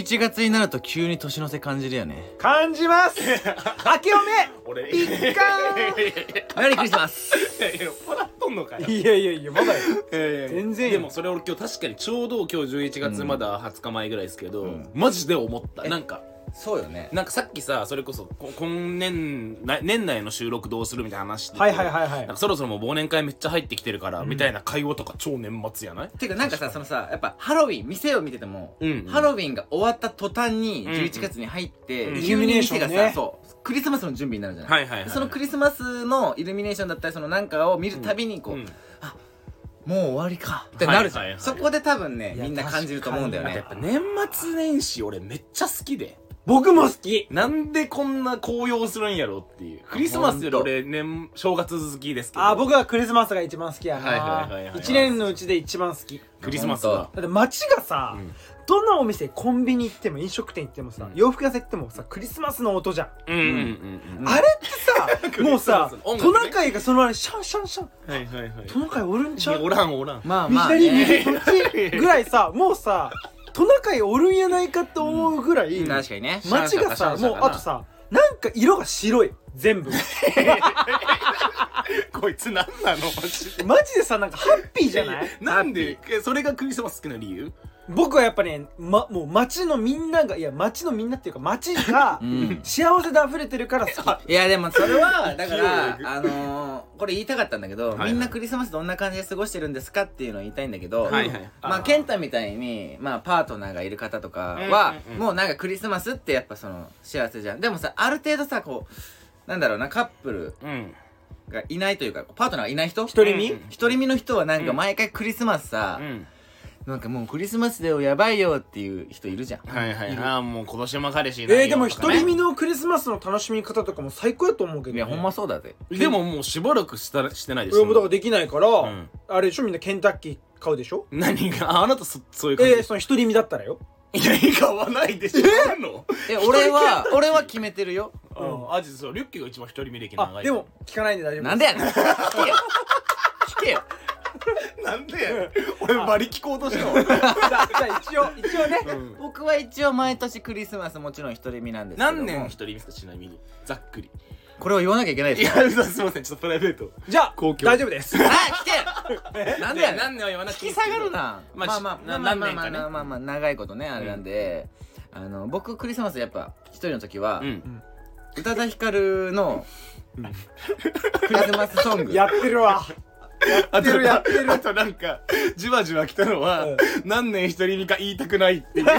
11月になると急に年の瀬感じるよね。 感じます明けお俺めピッカメリークリスマス。 もらっとんのかよ。 ーいやまだよ全然よ。 でもそれ俺今日確かにちょうど今日11月まだ20日前ぐらいですけど、マジで思った。なんかそうよね。 なんかさっきさ、それこそ年内の収録どうするみたいな話してて、 はいなんかそろそろもう忘年会めっちゃ入ってきてるから、みたいな会話とか超年末やない？ てかなんかさ、そのさ、やっぱハロウィン、店を見てても、 うんハロウィンが終わった途端に11月に入って、 うん急に店がさ、 イルミネーションねそうクリスマスの準備になるじゃない。 はいはいはい。 そのクリスマスのイルミネーションだったり、そのなんかを見るたびにこう、 うんもう終わりかってなるじゃん、 はいはいはいそこで多分ねいやみんな感じると思うんだよねあとやっ。ぱ年末年始俺めっちゃ好きで、 僕も好き。 なんでこんな高揚するんやろっていう。クリスマスより俺正月好きですけど。 僕はクリスマスが一番好きやはいはいはいはいな。一年のうちで一番好き。 クリスマスがだって街がさ、どんなお店、コンビニ行っても飲食店行ってもさ、洋服屋さん行ってもさ、クリスマスの音じゃん。あれってさ、もうさ、トナカイがそのあれシャンシャンシャン、 はいはいはい。 トナカイおるんちゃう、 おらんおらん。 まあまあ左右ね。 そっちぐらいさ、もうさ、トナカイおるんやないかって思うぐらい、 確かにね。 街がさ、もうシャンシャンかなあとさ、なんか色が白い全部こいつなんなのマジで。 マジでさ、なんかハッピーじゃない？ なんでそれがクリスマス好きな理由？ 僕はやっぱね、もう街のみんなが、いや街のみんなっていうか街がん幸せで溢れてるから好き。 いやでもそれはだからこれ言いたかったんだけど、 はいはいみんなクリスマスどんな感じで過ごしてるんですかっていうのを言いたいんだけど、 はいはい。 まあケンタみたいにまあパートナーがいる方とかはうんうんうんもうなんかクリスマスってやっぱその幸せじゃん。でもさ、ある程度さ、こうなんだろうな、カップルうん。 がいないというかパートナーがいない人、 独り身？ 独り身の人はなんか毎回クリスマスさ、 うん。 なんかもうクリスマスだよやばいよっていう人いるじゃん。 はいはい。ああもう今年も彼氏いないよでもとかね独り身のクリスマスの楽しみ方とかも最高やと思うけど、ね、 いやほんまそうだぜ。 でももうしばらくしてないです俺もだからできないから、 んあれでしょ、みんなケンタッキー買うでしょ。 何があなたそういう感じ？ その独り身だったらよ。 いや買わないでしょ。あるの？ 俺は決めてるよ。 あじそうリュッキーが一番一人見歴長い。 でも聞かないんで大丈夫。 なんでやねん。聞けよ。聞けよ。 なんでやねん。俺バリ聞こうとしたわ。 じゃあ一応ね、 僕は一応毎年クリスマスもちろん独り身なんですけども。 何年一人見せたちなみにざっくり。 これを言わなきゃいけないいですか。 やすいませんちょっとプライベート。 じゃあ公共大丈夫です。 あ、聞けよ。なんでやねん。 何年は言わなくていい引き下がるな。 まあ何年かね。 まあ長いことねあれなんで、僕クリスマスやっぱ一人の時は宇多田ヒカルのクリスマスソング。 やってるわ。 やってるやってるあとなんかじわじわ来たのは何年一人見か言いたくないっていう。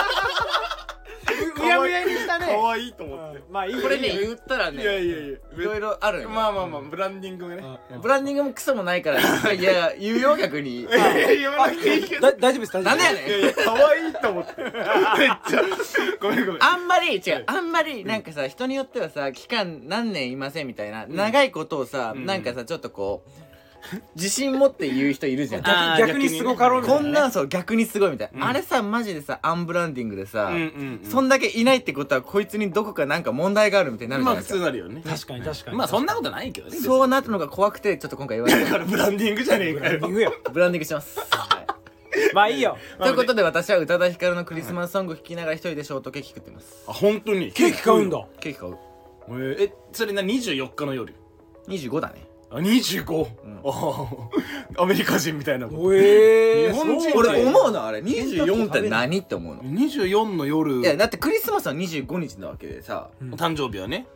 うやむやにしたね。 可愛いと思って。 まあいいよ。 これねいいよ言ったらね、 いやいろいろあるよ。 まあブランディングがね。 ブランディングもクソもないから、いや言うよ逆に。 言わなくていいけど。 大丈夫です。大丈夫です。 なんでやねん。 いや可愛いと思って。めっちゃごめん。 あんまりなんかさ、人によってはさ、期間何年いませんみたいな長いことをさ、なんかさちょっとこう自信持って言う人いるじゃん。 逆にすごかろうみたいなね。 こんなんそう逆にすごいみたいな、あれさマジでさアンブランディングでさ、 うんそんだけいないってことはこいつにどこかなんか問題があるみたいになるじまあ普ゃないですか。 通なるよね。 確かに。 まあそんなことないけどね。 そうなったのが怖くてちょっと今回言われだからブランディングじゃねえかよ。 言うよ。 ブランディングします。はいまあいいよ。 ということで私は宇多田ヒカルのクリスマスソング聴きながら一人でショートケーキ食ってます。 あ本当にケーキ買うんだ。 ケーキ買う。 それな24日の夜。 25だね。 あ25。アメリカ人みたいな。 おえ日本人俺思うのあれ24って何って思うの。 24の夜。 いやだってクリスマスは25日なわけでさ、 誕生日はね。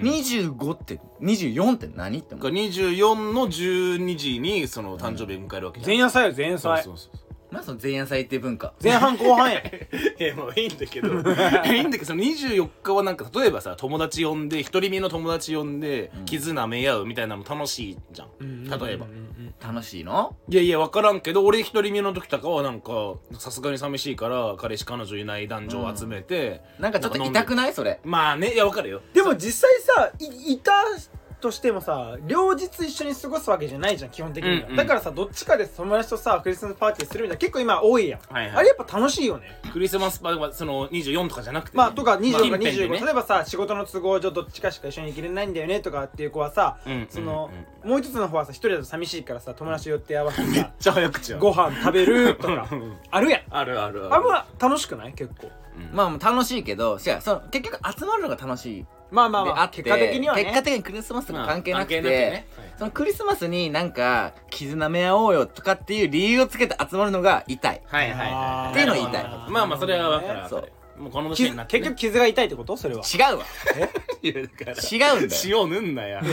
25って24って何って思う。 24の12時にその誕生日を迎えるわけじゃん。 前夜祭よ前夜祭。 そうなんその前夜祭っていう文化。 前半後半や。 いやもういいんだけどいいんだけどその24日はなんか例えばさ友達呼んで独り身の友達呼んで傷舐め合うみたいなのも楽しいじゃん。例えば楽しいの？ いや分からんけど俺独り身の時とかはなんかさすがに寂しいから彼氏彼女いない男女を集めてなんかちょっと痛くないそれ。 まあねいや分かるよ。 でも実際さ、いたとしてもさ、両日一緒に過ごすわけじゃないじゃん基本的には。だからさ、どっちかで友達とさクリスマスパーティーするみたいな結構今多いやん。あれやっぱ楽しいよね。 クリスマスパーティーはその24とかじゃなくてね、 まあとか24か近辺で 25、 ね例えばさ仕事の都合上どっちかしか一緒に行けれないんだよねとかっていう子はさ、そのもう一つの方はさ一人だと寂しいからさ友達寄って合わせてさめっちゃ早口やん。 ご飯食べるとかあるやん。 あるあんま楽しくない？結構まあ楽しいけど、結局集まるのが楽しい。 まあ結果的にはね、 結果的にクリスマスとか関係なくて、そのクリスマスになんか絆め合おうよとかっていう理由をつけて集まるのが痛い。 はいはいはい。 っていうのを言いたい。 まあそれは分かる。そう。もうこの年になって結局傷が痛いってこと？それは違うわ。 いやだから違うんだよ。 塩塗んなや。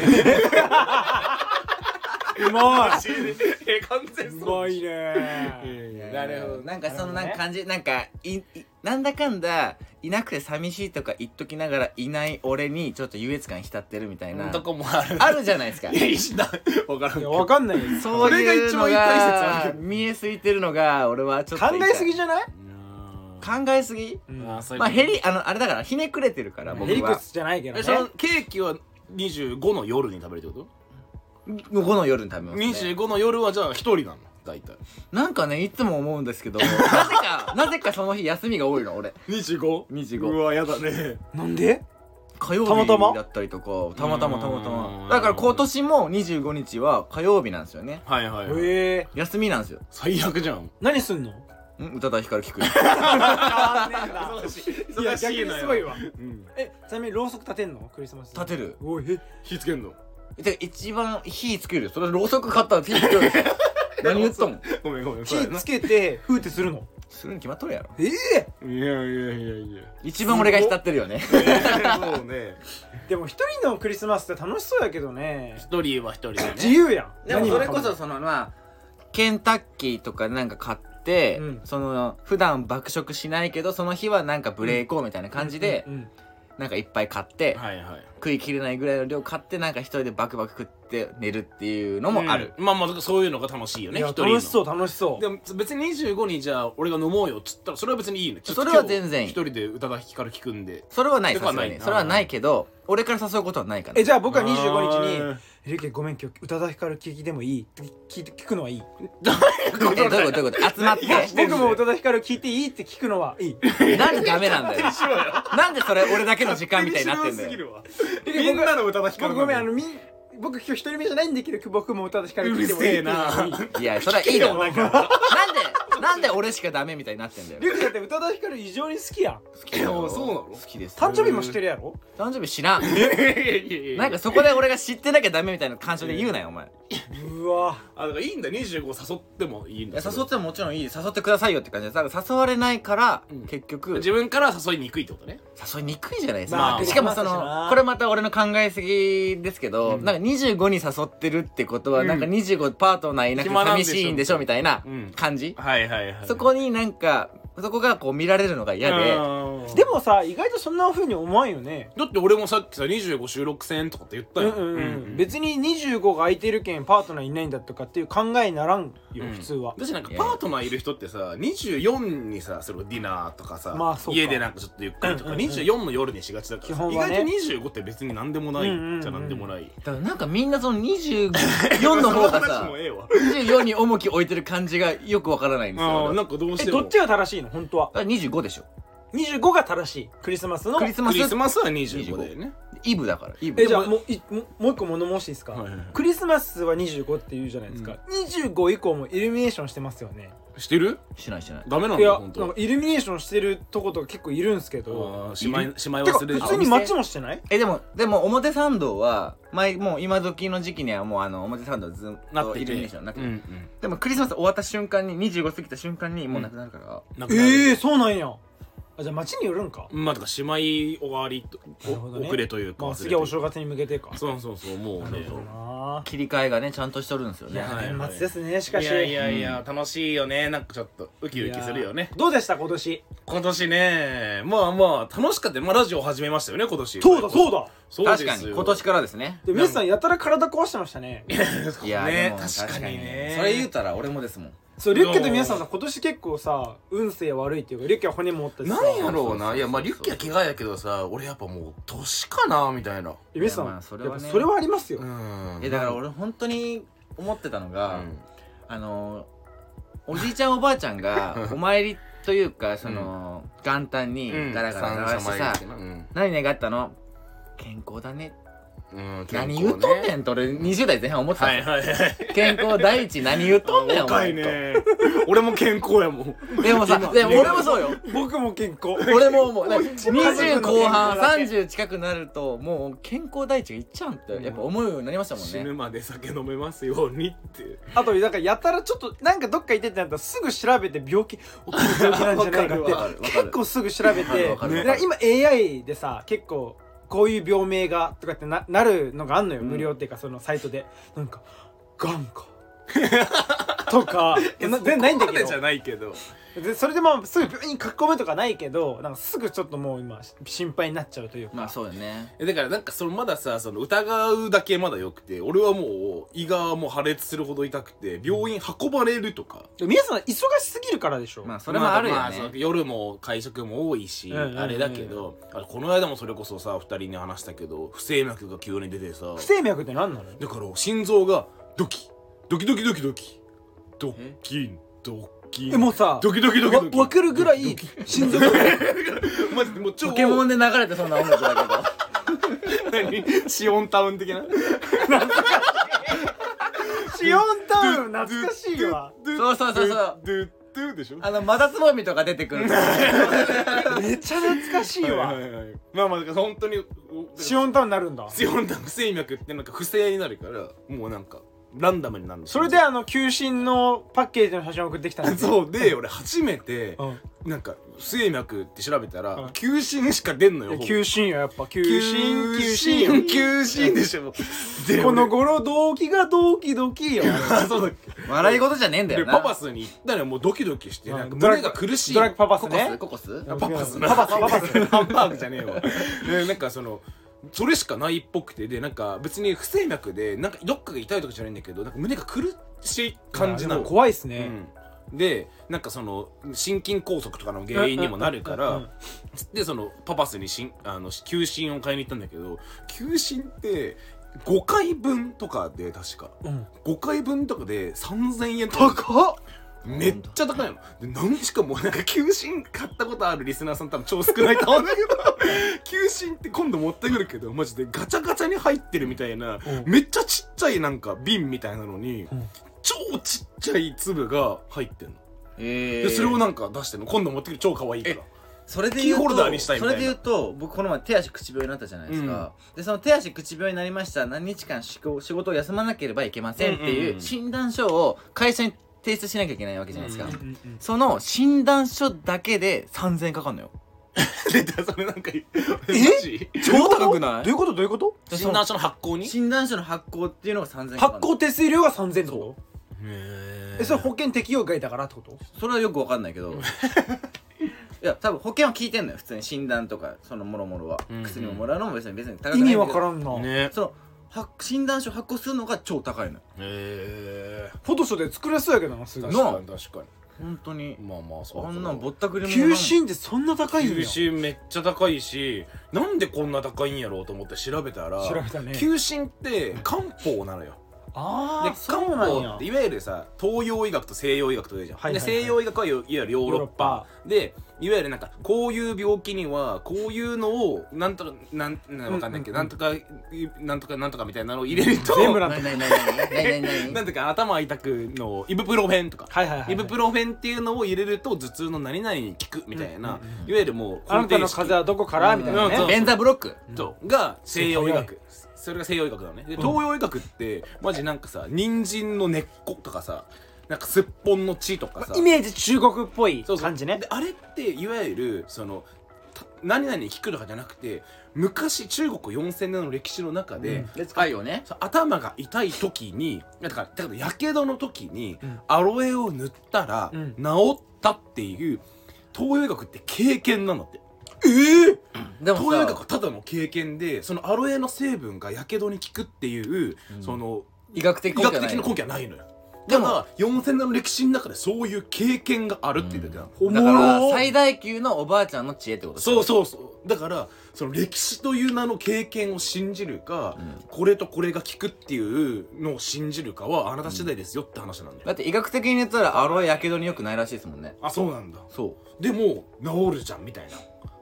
うまい。 完全うまいね。 なるほど。なんかそのなんか感じ、なんかなんだかんだいなくて寂しいとか言っときながらいない俺にちょっと優越感浸ってるみたいなとこもある。 あるじゃないですか。 分からん。 分かんないよ。 そういうのが見えすぎてるのが俺はちょっと考えすぎじゃない？ 考えすぎ？まああれだからひねくれてるから僕は。 へりくつじゃないけどね。 そのケーキは25の夜に食べるってこと？5 の夜に食べますね。 25の夜はじゃあ1人なの大体。 なんかねいつも思うんですけどなぜかその日休みが多いの俺。25。 うわやだね。 なんで？ 火曜日だったりとかたまたまだから今年も25日は火曜日なんですよね。 はいはい。 休みなんですよ。 最悪じゃん。 何すんの？ 宇多田ヒカル聞くよ。 いや逆にすごいわ。ちなみにろうそく立てんの？クリスマス立てる。 火つけんの？ 一番火つけるよ。それろうそく買ったら火つける。何言ったの？ ごめん。 火つけてふーってするの？ するに決まっとるやろ。 いや。 一番俺が浸ってるよね。 そうね。 でも一人のクリスマスって楽しそうやけどね。 一人は一人でね。 自由やん。 でもそれこそそのケンタッキーとかなんか買って、その普段爆食しないけどその日はなんかブレイクみたいな感じでなんかいっぱい買って食い切れないぐらいの量買ってなんか一人でバクバク食って寝るっていうのもある。 まあそういうのが楽しいよね。 楽しそう。 でも別に25にじゃあ俺が飲もうよっつったらそれは別にいいね。 それは全然いい。 一人で宇多田ヒカル聞くんで。 それはない。それはないけど俺から誘うことはないから。 じゃあ僕は25日に「リュウケごめん今日宇多田ヒカル聞きでもいい？」って聞くのはいい？ どういうこと集まって僕も宇多田ヒカル聞いていいって聞くのはいい？ なんでダメなんだよ。なんでそれ俺だけの時間みたいになってんだよ。 みんなの宇多田ヒカル。 ごめん僕今日一人目じゃないんだけど僕も宇多田ヒカル聞いてもいいって。 いやそれはいいだろ。なんで俺しかダメみたいになってんだよ。 リュウケだって宇多田ヒカル異常に好きやん。 好きだよ。 そうなの？ 好きです。 誕生日も知ってるやろ？ 誕生日知らん。なんかそこで俺が知ってなきゃダメみたいな感情で言うなよお前。 うわ。 だからいいんだ。25誘ってもいいんだ。 誘ってももちろんいい。誘ってくださいよって感じで。だから誘われないから結局自分から誘いにくいってことね。 誘いにくいじゃないですか。しかもそのこれまた俺の考えすぎですけど、なんか25に誘ってるってことはなんか25パートナーいなくて寂しいんでしょみたいな感じ。そこになんかそこがこう見られるのが嫌で。 でもさ意外とそんな風に思わんよね。 だって俺もさっきさ25収録戦とかって言ったよ。 別に25が空いてるけんパートナーいないんだとかっていう考えにならんよ普通は。 私なんかパートナーいる人ってさ24にさそれディナーとかさ家でなんかちょっとゆっくりとか24の夜にしがちだから意外と25って別に何でもないじゃ何でもない。 だからなんかみんなその24の方がさ24に重き置いてる感じがよくわからないんですよ。 なんかどうしてもどっちが正しいの本当は ？25でしょ。 25が正しい。クリスマスは25だよね。 イブだから。イブ。 じゃあもう一個物申していいですか？クリスマスは25って言うじゃないですか。25以降もイルミネーションしてますよね。 してる？ しない。 ダメなんだ本当。 イルミネーションしてるとことか結構いるんすけど。 しまい忘れる。 普通に街もしてない？ でも表参道はもう今時の時期にはもう表参道ずっとイルミネーションになってる。でもクリスマス終わった瞬間に25過ぎた瞬間にもうなくなるから。 そうなんや。じゃあ街によるんか。 だからしまい終わり遅れというか次はお正月に向けてか。 そうもうね切り替えがねちゃんとしとるんですよね。 年末ですね。しかしいや楽しいよね。なんかちょっとウキウキするよね。 どうでした今年ね。まあ楽しかった。ラジオ始めましたよね今年。 そうだ確かに今年からですね。 で皆さんやたら体壊してましたね。 いやね確かにね。 それ言うたら俺もですもん。 そうリュッケと皆さんさ今年結構さ運勢悪いっていうかリュッケは骨も折ったしさ。 なんやろうな。いやリュッケは怪我やけどさ俺やっぱもう年かなみたいな。 皆さんそれはありますよ。 だから俺本当に思ってたのがおじいちゃんおばあちゃんがお参りというかその元旦にガラガラ鳴らしてさ何願ったの？健康だね何言うとんねんと俺20代前半思ってたんですよ。健康第一何言うとんねんお前と。 俺も健康やもん。 でもさ、でも俺もそうよ。 僕も健康。 俺も思う。20後半30近くなるともう健康第一がいっちゃうんってやっぱ思うようになりましたもんね。 死ぬまで酒飲めますようにって。 あとなんかやたらちょっとなんかどっか行ってってなったらすぐ調べて病気なんじゃないかって結構すぐ調べて、今 AI でさ結構こういう病名がとかってなるのがあんのよ、無料っていうかそのサイトでなんかがんかとか全然ないんだけど、 じゃないけどでそれでまあすぐ病院に書き込むとかないけどなんかすぐちょっともう今心配になっちゃうというか。 まあそうよね。 だからなんかそのまださその疑うだけまだよくて、俺はもう胃がもう破裂するほど痛くて病院運ばれるとか。 皆さん忙しすぎるからでしょ。 まあそれもあるよね。 夜も会食も多いしあれだけど、この間もそれこそさ2人に話したけど不整脈が急に出てさ。 不整脈って何なの？ だから心臓がドキドキドキドキドキドキドキもうさドキドキドキドキ分かるぐらい心臓がマジでもう超ポケモンで流れてそうな音楽だ何シオンタウン的なシオンタウン懐かしいわ。 そうそうそうそう。 ドゥドゥでしょ。 マダツボミとか出てくる。 めっちゃ懐かしいわ。 まあまあ本当にシオンタウンになるんだ。 シオンタウン不整脈ってなんか不正になるからもうなんかランダムになるんです。 それで休診のパッケージの写真を送ってきたんですよ。そうで俺初めてなんか不整脈って調べたら休診しか出んのよ。 休診よやっぱ休診でしょ。 この頃動機がドキドキよ。 そうだっけ。笑い事じゃねえんだよな。 パパスに行ったらもうドキドキしてなんか胸が苦しい。 ドラッグパパスね。 ココスパパスハンバーグじゃねえわ。なんかそれしかないっぽくて、でなんか別に不整脈でなんかどっかが痛いとかじゃないんだけどなんか胸が苦しい感じなの。 怖いっすね。 でなんか心筋梗塞とかの原因にもなるからでパパスに休診を買いに行ったんだけど、休診って5回分とかで確か5回分とかで3000円とか高っ。 めっちゃ高いので、しかもなんか休診買ったことあるリスナーさん多分超少ないと思うんだけど休診って今度持ってくるけどマジでガチャガチャに入ってるみたいなめっちゃちっちゃいなんか瓶みたいなのに超ちっちゃい粒が入ってんの。でそれをなんか出してんの。今度持ってくる超可愛いから。 それで言うとキーホルダーにしたいみたいな。 それで言うと僕この前手足口病になったじゃないですか。でその手足口病になりました、何日間仕事を休まなければいけませんっていう診断書を会社に提出しなきゃいけないわけじゃないですか。その診断書だけで3000円かかるのよ。 それなんか超高くない？ どういうことどういうこと？ 診断書の発行に？ 診断書の発行っていうのが3000円かかる。 発行手数料が3000円ってこと？それ保険適用外だからってこと？ それはよくわかんないけどいや多分保険は効いてんのよ普通に。診断とかそのもろもろは薬ももらうのも別に高くないけど、 意味わからんな。 その診断書発行するのが超高いのよ。 フォトショーで作れそうやけどな。すぐ確かに本当にまあそう。 あんなんぼったくりも休診ってそんな高いんや。 休診めっちゃ高いし、なんでこんな高いんやろうと思って調べたら休診って漢方なのよ。で漢方っていわゆるさ東洋医学と西洋医学というじゃん。で西洋医学はいわゆるヨーロッパで、いわゆるなんかこういう病気にはこういうのをなんとかわかんないけどなんとかみたいなのを入れると全部なんとか頭痛くのイブプロフェンとかイブプロフェンっていうのを入れると頭痛の何々に効くみたいな、いわゆるもうあなたの風邪はどこからみたいなね。 ベンザブロックが西洋医学。それが西洋医学だね。で東洋医学ってマジなんかさ人参の根っことかさなんかすっぽんの血とかさイメージ中国っぽい感じね。 であれっていわゆる何々に効くとかじゃなくて昔中国4000年の歴史の中で使いよね。 頭が痛い時にだからやけどの時にアロエを塗ったら治ったっていう東洋医学って経験なのって。でも東洋医学はただの経験でそのアロエの成分がやけどに効くっていうその医学的な根拠はないのよ。でも4000年の歴史の中でそういう経験があるって言ってた。 だから最大級のおばあちゃんの知恵ってことですよ。そうだからその歴史という名の経験を信じるか、これとこれが効くっていうのを信じるかはあなた次第ですよって話なんだよ。 だって医学的に言ったらアロエやけどによくないらしいですもんね。 あ、そうなんだ。 そうでも治るじゃんみたいな。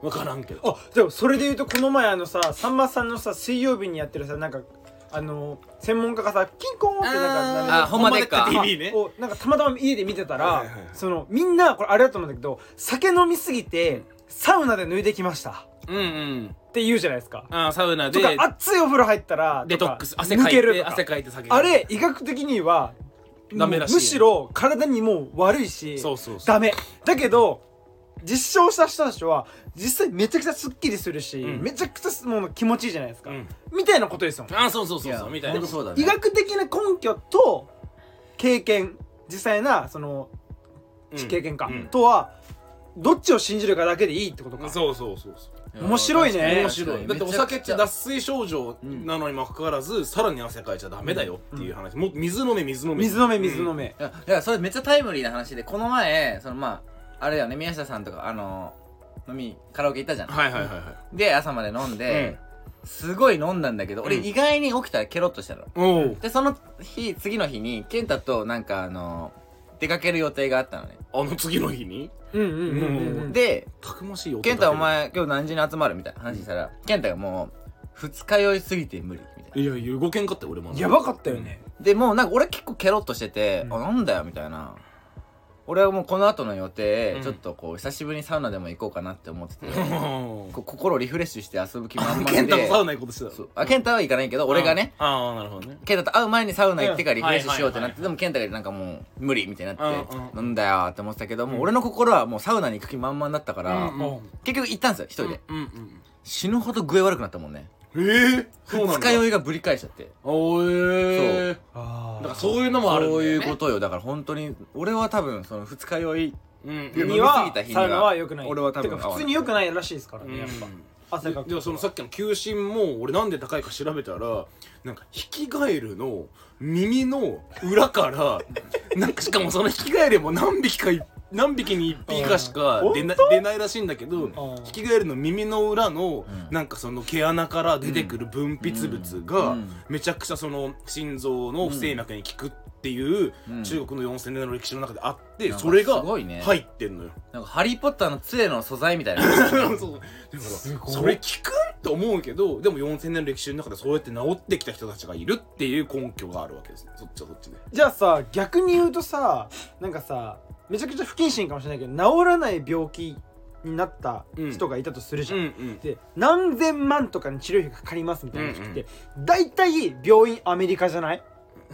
分からんけど。 でもそれで言うとこの前さんまさんのさ水曜日にやってるさなんか専門家がさキンコーンってなんかほんまでっか TV ねをなんかたまたま家で見てたらみんなこれあれだと思うんだけど酒飲みすぎてサウナで脱いできましたって言うじゃないですか。 サウナでとか熱いお風呂入ったらデトックス汗かいて酒あれ医学的にはダメらしい。 むしろ体にも悪いしダメだけど実証した人たちは実際めちゃくちゃスッキリするし、めちゃくちゃもう気持ちいいじゃないですか、みたいなことですよ。 そうみたいな。 医学的な根拠と経験実際なその経験かとはどっちを信じるかだけでいいってことか。 そう面白いね。 面白い。だってお酒って脱水症状なのにもかかわらずさらに汗かいちゃダメだよっていう話。もう水飲め。いやそれめっちゃタイムリーな話で、この前あれだよね、宮下さんとかカラオケ行ったじゃん。で朝まで飲んで、すごい飲んだんだけど、俺意外に起きたらケロッとしたの。でその次の日に健太となんか出かける予定があったのね。 次の日にでたくましいよ。 健太お前今日何時に集まるみたいな話したら、健太がもう二日酔いすぎて無理みたいな。 いや動けんかったよ俺も。 やばかったよね。 でもうなんか俺結構ケロッとしてて、なんだよみたいな。俺はもうこの後の予定、ちょっとこう久しぶりにサウナでも行こうかなって思ってて心をリフレッシュして遊ぶ気満々で。 健太とサウナ行こうとしてた。 健太は行かないけど俺がね、 なるほどね。 健太と会う前にサウナ行ってからリフレッシュしようってなって、でも健太がなんかもう無理みたいになってなんだよって思ってたけど、もう俺の心はもうサウナに行く気満々だったから結局行ったんですよ一人で。死ぬほど具合悪くなったもんね。二日酔いがぶり返しちゃって。 だからそういうのもあるんだよね。 そういうことよ。だから本当に俺は多分その二日酔いにはサウナは良くない。 俺は多分普通に良くないらしいですからね、やっぱ汗かく。 でもそのさっきの休診も俺なんで高いか調べたら、なんかヒキガエルの耳の裏からなんかしかもそのヒキガエルも何匹に1匹かしか出ないらしいんだけど、ヒキガエルの耳の裏のなんかその毛穴から出てくる分泌物がめちゃくちゃその心臓の不整脈に効くっていう中国の4000年の歴史の中であって、それが入ってんのよ。 なんかハリーポッターの杖の素材みたいな。 それ効くと思うけど、でも4000年の歴史の中でそうやって治ってきた人たちがいるっていう根拠があるわけですね。そっちはそっちで。 じゃあさ、逆に言うとさ、なんかさめちゃくちゃ不謹慎かもしれないけど治らない病気になった人がいたとするじゃん。で何千万とかに治療費がかかりますみたいな時って大体病院アメリカじゃない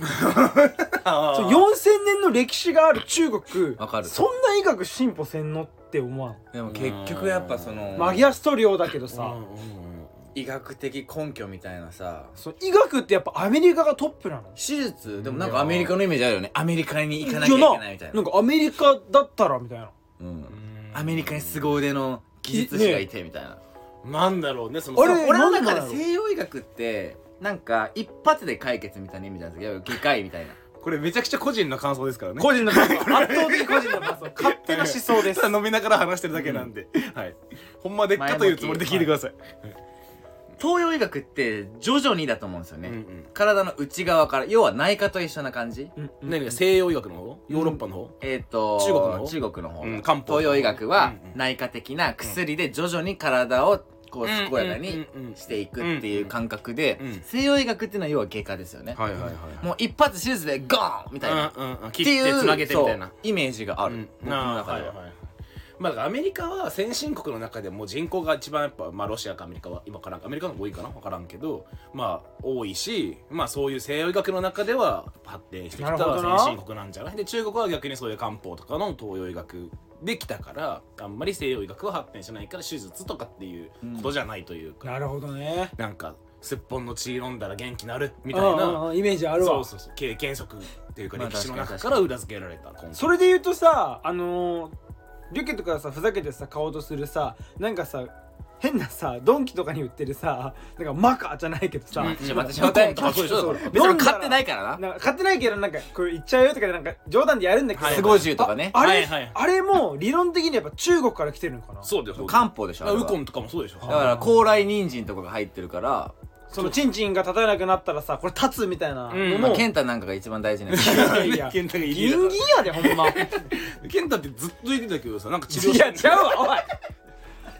？4000年の歴史がある中国、そんな医学進歩せんのって思わん？ でも結局やっぱそのマギアスト量だけどさ、 医学的根拠みたいなさ、 医学ってやっぱアメリカがトップなの？ 手術でもなんかアメリカのイメージあるよね。アメリカに行かなきゃいけないみたいな。 なんかアメリカだったらみたいな。 アメリカに凄腕の技術士がいてみたいな。 なんだろうね、その俺の中で西洋医学ってなんか一発で解決みたいな意味なんですけど、外科医みたいな。 これめちゃくちゃ個人の感想ですからね。 個人の感想、圧倒的個人の感想、勝手な思想です。 ただ飲みながら話してるだけなんで、はい。ほんまでっかというつもりで聞いてください。 東洋医学って徐々にだと思うんですよね。体の内側から、要は内科と一緒な感じ。 何が西洋医学の方？ヨーロッパの方？ 中国の方。東洋医学は内科的な薬で徐々に体をこう健やかにしていくっていう感覚で、西洋医学っていうのは要は外科ですよね。もう一発手術でゴーンみたいなっていうつなげてみたいなイメージがある。僕の中では。 まあだからアメリカは先進国の中でも人口が一番やっぱロシアかアメリカは今からアメリカの方が多いかな分からんけど、まあ多いし、まあそういう西洋医学の中では発展してきた先進国なんじゃない。で中国は逆にそういう漢方とかの東洋医学できたからあんまり西洋医学は発展しないから手術とかっていうことじゃないというか、 なるほどね。 なんかすっぽんの血飲んだら元気なるみたいなイメージあるわ。 そう原則っていうか歴史の中から裏付けられた。 それで言うとさ、リュケとかさふざけてさ買おうとするさ、なんかさ変なさドンキとかに売ってるさ、なんかマカじゃないけどさ、 別に買ってないからな。 買ってないけどなんかこれいっちゃうよとかなんか冗談でやるんだけど、 スゴジュとかね。 あれも理論的にやっぱ中国から来てるのかな。 そうだよ。 漢方でしょ。 ウコンとかもそうでしょ。 だから高麗人参とかが入ってるから、 そのチンチンが立たなくなったらさ、これ立つみたいなのもケンタなんかが一番大事なやつ。 ケンタがいギンギンやでほんま。 ケンタってずっと言ってたけどさ、なんか治療いやちゃうわおい。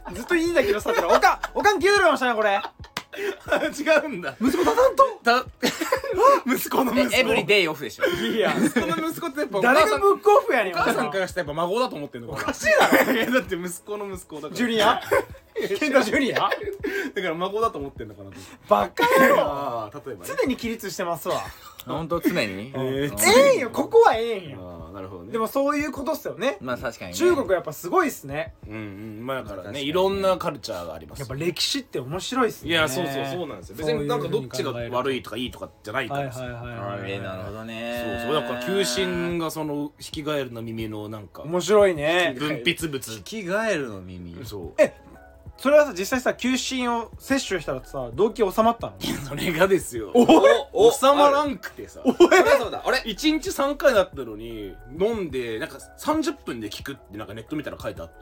ずっといいだけどさったらおかん消えてましたねこれ。 違うんだ。 息子立たんと息子の息子エブリデイオフでしょ。 いや息子の息子ってやっぱ誰がブックオフやねん。 お母さんからしたらやっぱ孫だと思ってんのかな。 おかしいだろ。 いやだって息子の息子だからジュニアケンタジュニアだから孫だと思ってんのかなと。 バカ野郎。 ああ例えばね常に起立してますわ。 本当常に。 ええよ、ここはええんよ。 ああなるほどね。 でもそういうことっすよね。 まあ確かにね。 中国やっぱすごいっすね。 まあだからねいろんなカルチャーがありますやっぱ歴史って面白いっすね。 いやそうなんですよ。別になんかどっちが悪いとかいいとかじゃないからさ。 はいなるほどね。 そうだから求心がそのヒキガエルの耳のなんか面白いね。 分泌物。 ヒキガエルの耳。 そう。 それはさ実際さ求心を摂取したらさ動悸収まったの？ それがですよ。 お収まらんくてさ。 そうだ。あれ 1日3回だったのに飲んでなんか30分で効くってなんかネット見たら書いてあって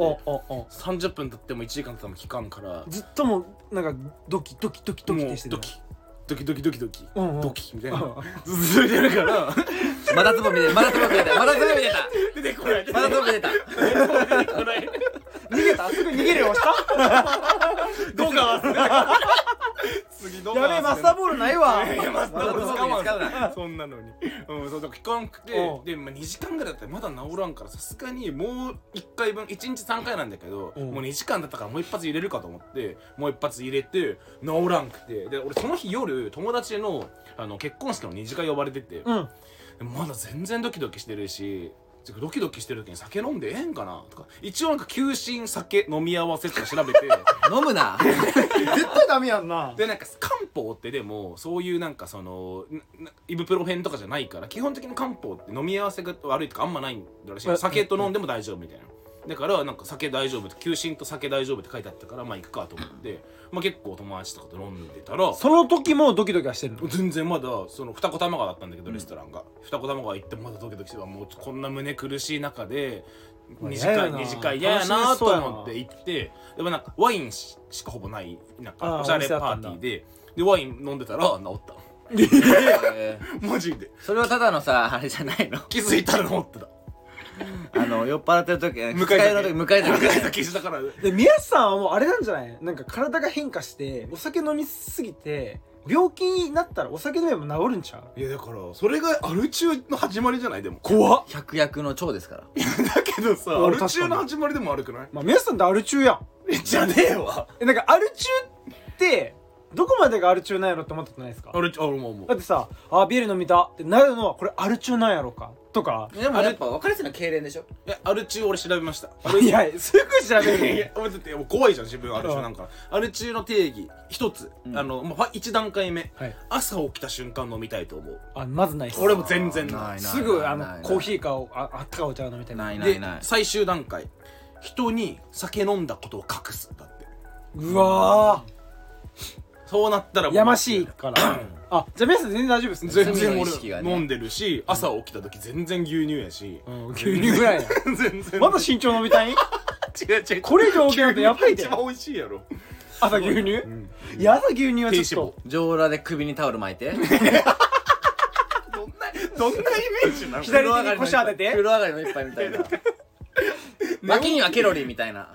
30分経っても1時間経っても効かんからずっともうなんかドキドキドキドキってしてる。 ドキドキドキドキドキドキみたいなずっとやるからまだつぼみ出た。まだつぼみ出た。 出てこないまだつぼみ出た。 出てこない逃げた？すぐ逃げるよした動画は次動画やべえマスターボールないわ。 いやマスターボール使うな。 そんなのにそうだから効かんくてで2時間ぐらいだったらまだ治らんからさすがにもう1回分1日3回なんだけどもう2時間だったからもう一発入れるかと思ってもう一発入れて治らんくてで俺その日夜友達の結婚式の二次会呼ばれててまだ全然ドキドキしてるしドキドキしてる時に酒飲んでええんかなとか一応なんか求心酒飲み合わせとか調べて飲むな。 絶対ダメやんな。 でなんか漢方ってでもそういうなんかそのイブプロフェンとかじゃないから基本的に漢方って飲み合わせが悪いとかあんまないんだらしい。酒と飲んでも大丈夫みたいな。だからなんか酒大丈夫って求心と酒大丈夫って書いてあったからまあ行くかと思ってまあ結構友達とかと飲んでたらその時もドキドキはしてるの？ 全然まだその二子玉川だったんだけどレストランが二子玉川行ってもまだドキドキしてたもうこんな胸苦しい中で二次会嫌やなと思って行ってでもなんかワインしかほぼないなんかおしゃれパーティーでワイン飲んでたら治った。マジでそれはただのさあれじゃないの？ 気づいたら治ってた。 酔っ払ってる時迎えた時したからで宮さんはもうあれなんじゃない？なんか体が変化してお酒飲みすぎて病気になったらお酒飲めば治るんちゃう？ いやだからそれがアル中の始まりじゃない？でも怖っ。 百薬の長ですから。 だけどさアル中の始まりでも悪くない？ まあ宮さんってアル中やん。 じゃねえわ。 なんかアル中ってどこまでがアル中なんやろって思ったことないですか？ アル中もうだってさビール飲みたってなるのはこれアル中なんやろかとか。 でもやっぱ分かれてるのは痙攣でしょ？ いやアル中俺調べました。 いやすぐ調べる。 いやだってもう怖いじゃん自分アル中なんか。アル中の定義一つ1段階目朝起きた瞬間飲みたいと思う。 まずないっす。 俺も全然ない。 すぐコーヒーかあったかお茶飲みたいな。 で最終段階人に酒飲んだことを隠すだって。 うわそうなったらやましいから。じゃあ皆さん全然大丈夫ですね。 全然俺飲んでるし朝起きた時全然牛乳やし牛乳ぐらいや。 全然まだ身長伸びたいん？違うこれ以上大きなとやばいで。 一番美味しいやろ朝牛乳？いや朝牛乳はちょっと上裸で首にタオル巻いてどんなイメージなの？ 左手に腰当てて風呂上がりの一杯みたいな。脇にはケロリーみたいな。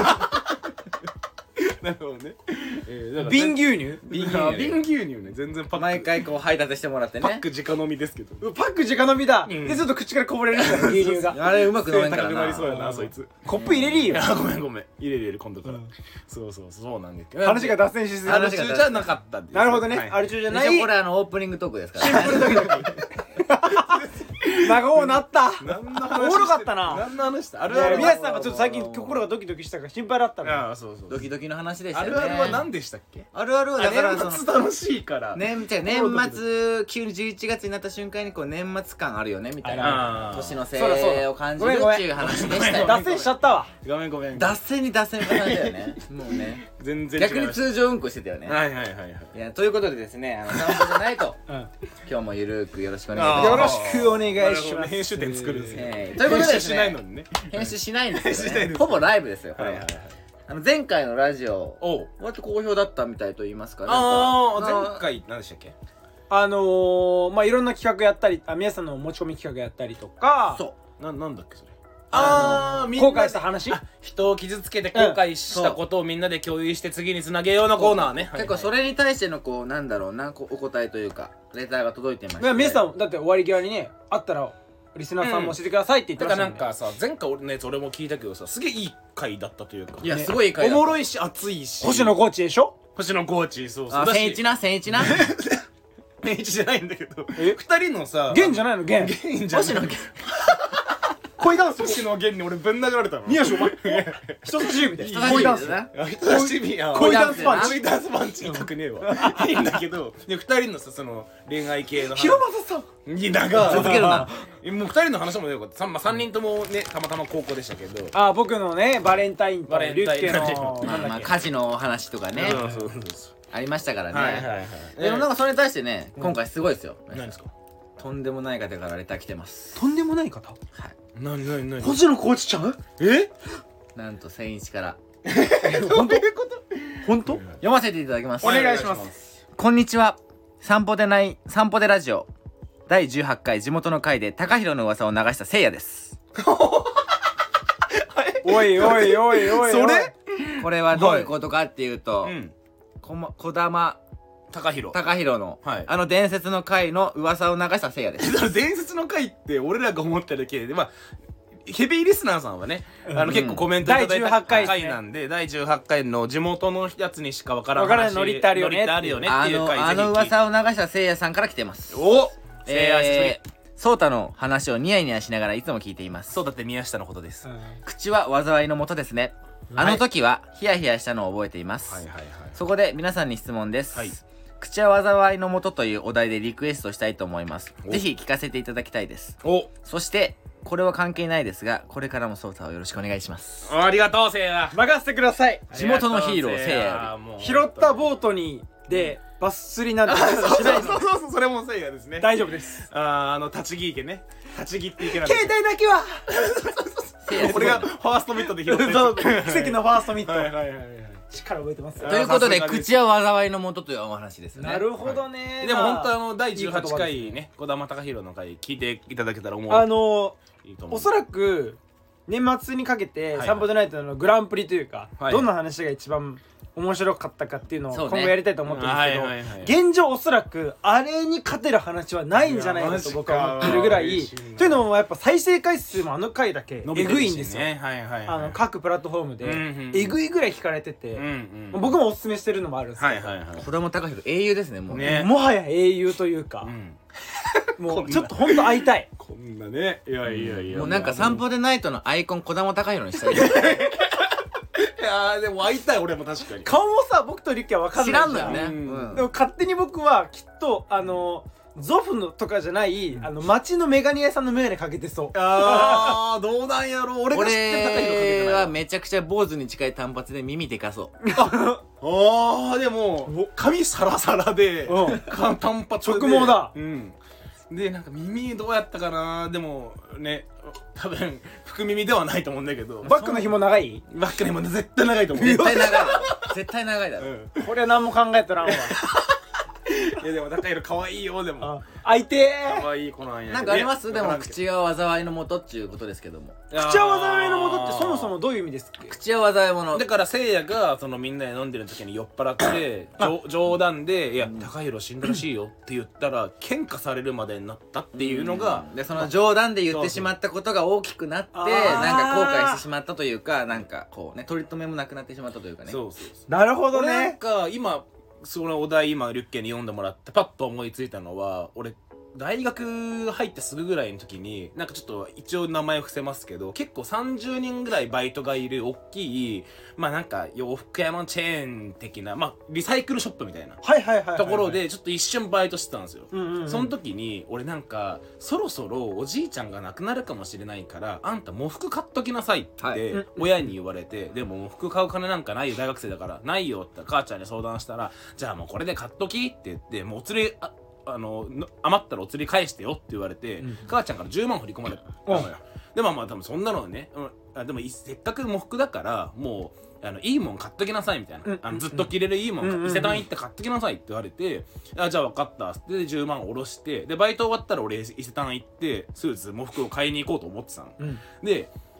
なるほどね。 瓶牛乳？ 瓶牛乳ね全然パック毎回こう配達してもらってね。 パック直飲みですけど。 パック直飲みだ。でちょっと口からこぼれるんだよ牛乳が。 あれうまく飲めんから高くなりそうやな。 なそいつ。 コップ入れりよ。 ごめん入れる今度から。そうなんですけど。 話が脱線しすぎ。 アル中じゃなかったんです。 なるほどね。アル中じゃない。 これオープニングトークですから。 シンプルドキドキ。長尾なった。 何のおもろかったな。 何の話した？ 宮さんがちょっと最近心がドキドキしたから心配だったの。 ああそうドキドキの話でしたよね。 あるは何でしたっけ？ あるはだから年末楽しいから年末急に11月になった瞬間にこう年末感あるよねみたいな年のせいを感じるっていう話でしたよ。 脱線しちゃったわ。 ごめん脱線に脱線の話だよね。もうね全然逆に通常運行してたよね。 はいいやということでですね散歩じゃないと今日もゆるくよろしくお願いいたします。 よろしくお願いします。 編集点作るんですよ。 ということでですね編集しないのにね。 編集しないんですよね。ほぼライブですよ。前回のラジオ割と好評だったみたいと言いますか。 前回何でしたっけ？ いろんな企画やったり皆さんの持ち込み企画やったりとか。 そうなんだっけそれ。 後悔した話、 人を傷つけて後悔したことをみんなで共有して次につなげようのコーナーね。 結構それに対してのこうなんだろうなお答えというかレターが届いてました。 皆さんだって終わり際にねあったらリスナーさんも教えてくださいって言ってましたもんね。なんかさ前回のやつ俺も聞いたけどさすげえいい回だったというか、 いやすごいいい回おもろいし熱いし。 星野コーチでしょ。 星野コーチ、そうそう。 千一な千一じゃないんだけど、二人のさ源じゃないの源じゃない。星野源恋ダンス星野源に俺ぶん殴られたの。 宮下お前人差し指で恋ダンスな人差し指や恋ダンスパンチ恋ダンスパンチ痛くねえわ。いいんだけど二人のさその恋愛系の広政さんいいだが続けるな。 もう二人の話もよかった。3人ともねたまたま高校でしたけど、 僕のねバレンタインとリュッケの家事の話とかねありましたからね。でもなんかそれに対してね今回すごいですよ。 何ですか。 とんでもない方からレター来てます。 とんでもない方。 はい。 何星野コーチちゃん。 なんと千一から本当読ませていただきます。 お願いします。 こんにちは。散歩でラジオ第18回地元の会で高弘の噂を流したせいやです。 おいそれこれはどういうことかっていうと、児玉高弘の、あの伝説の回の噂を流したせいやです。 伝説の回って俺らが思っただけで、まあヘビーリスナーさんはね、結構コメントいただいた回なんで、第18回の地元のやつにしかわからないノリってあるよねっていう回、あの噂を流したせいやさんから来てます。 おソータの話をニヤニヤしながらいつも聞いています。 そうだって宮下のことです。 口は災いのもとですね。あの時はヒヤヒヤしたのを覚えています。そこで皆さんに質問です。口は災いのもとというお題でリクエストしたいと思います。ぜひ聞かせていただきたいです。そしてこれは関係ないですが、これからもソータをよろしくお願いします。 ありがとうせいや。 任せてください。 地元のヒーローせいやより拾ったボートにでバス釣りなんてしないの。 そうそれもせいやですね。 大丈夫です。 立ち木池ね。立ち木って池なんで携帯だけはこれがファーストミットで拾って奇跡のファーストミット。力覚えてます。 ということで口は災いのもとというお話ですね。 なるほどね。 でも本当第18回ね児玉貴弘の回聞いていただけたらおそらく年末にかけて散歩でナイトのグランプリというかどんな話が一番面白かったかっていうのを今後やりたいと思ってるんですけど、現状おそらくあれに勝てる話はないんじゃないかと僕は思ってるぐらい。というのもやっぱ再生回数もあの回だけえぐいんですよ。各プラットフォームでえぐいぐらい聞かれてて、僕もおすすめしてるのもあるんですけど、 児玉貴弘英雄ですね。もうもはや英雄というか、もうちょっと本当会いたい。 こんなね、いやもうなんか散歩でナイトのアイコン児玉貴弘にしたい。 いやでも会いたい。俺も確かに顔もさ僕とリュッキーは分かんないじゃん。 知らんのよね。 でも勝手に僕はきっとゾフのとかじゃない街のメガネ屋さんのメガネかけてそう。 どうなんやろ。俺が知ってる高弘かけてない。 俺はめちゃくちゃ坊主に近い短髪で耳でかそう。 でも髪サラサラで短髪で直毛だ。 でなんか耳どうやったかな。でもね多分福耳ではないと思うんだけど、 バックの紐長い。 バックの紐絶対長いと思う。 絶対長いだろ。絶対長いだろ。 これは何も考えとらんわ。 いやでも高弘可愛いよ。でも相手可愛い子なんや。 なんかあります？でも口は災いのもとっていうことですけども。 口は災いのもとってそもそもどういう意味ですか？ 口は災いものだからせいやがみんなで飲んでる時に酔っ払って冗談で「いや高弘死んだらしいよ」って言ったら喧嘩されるまでになったっていうのが、 でその冗談で言ってしまったことが大きくなってなんか後悔してしまったというか、なんかこうね取り留めもなくなってしまったというかね。 なるほどね。 なんか今そのお題リュッケに読んでもらってパッと思いついたのは、俺大学入ってすぐぐらいの時になんかちょっと一応名前伏せますけど結構30人ぐらいバイトがいる大きいなんか洋服屋のチェーン的なリサイクルショップみたいなところでちょっと一瞬バイトしてたんですよ。その時に俺なんかそろそろおじいちゃんが亡くなるかもしれないからあんた喪服買っときなさいって親に言われて、でも喪服買う金なんかないよ大学生だからないよって母ちゃんに相談したら、じゃあもうこれで買っときって言って、もうお釣り余ったらお釣り返してよって言われて、母ちゃんから10万振り込まれたのよ。でも多分そんなのはね、でもせっかく喪服だからもういいもん買っときなさいみたいな、ずっと着れるいいもん伊勢丹行って買っときなさいって言われて、じゃあ分かったって10万下ろして、でバイト終わったら俺伊勢丹行ってスーツ喪服を買いに行こうと思ってたの。で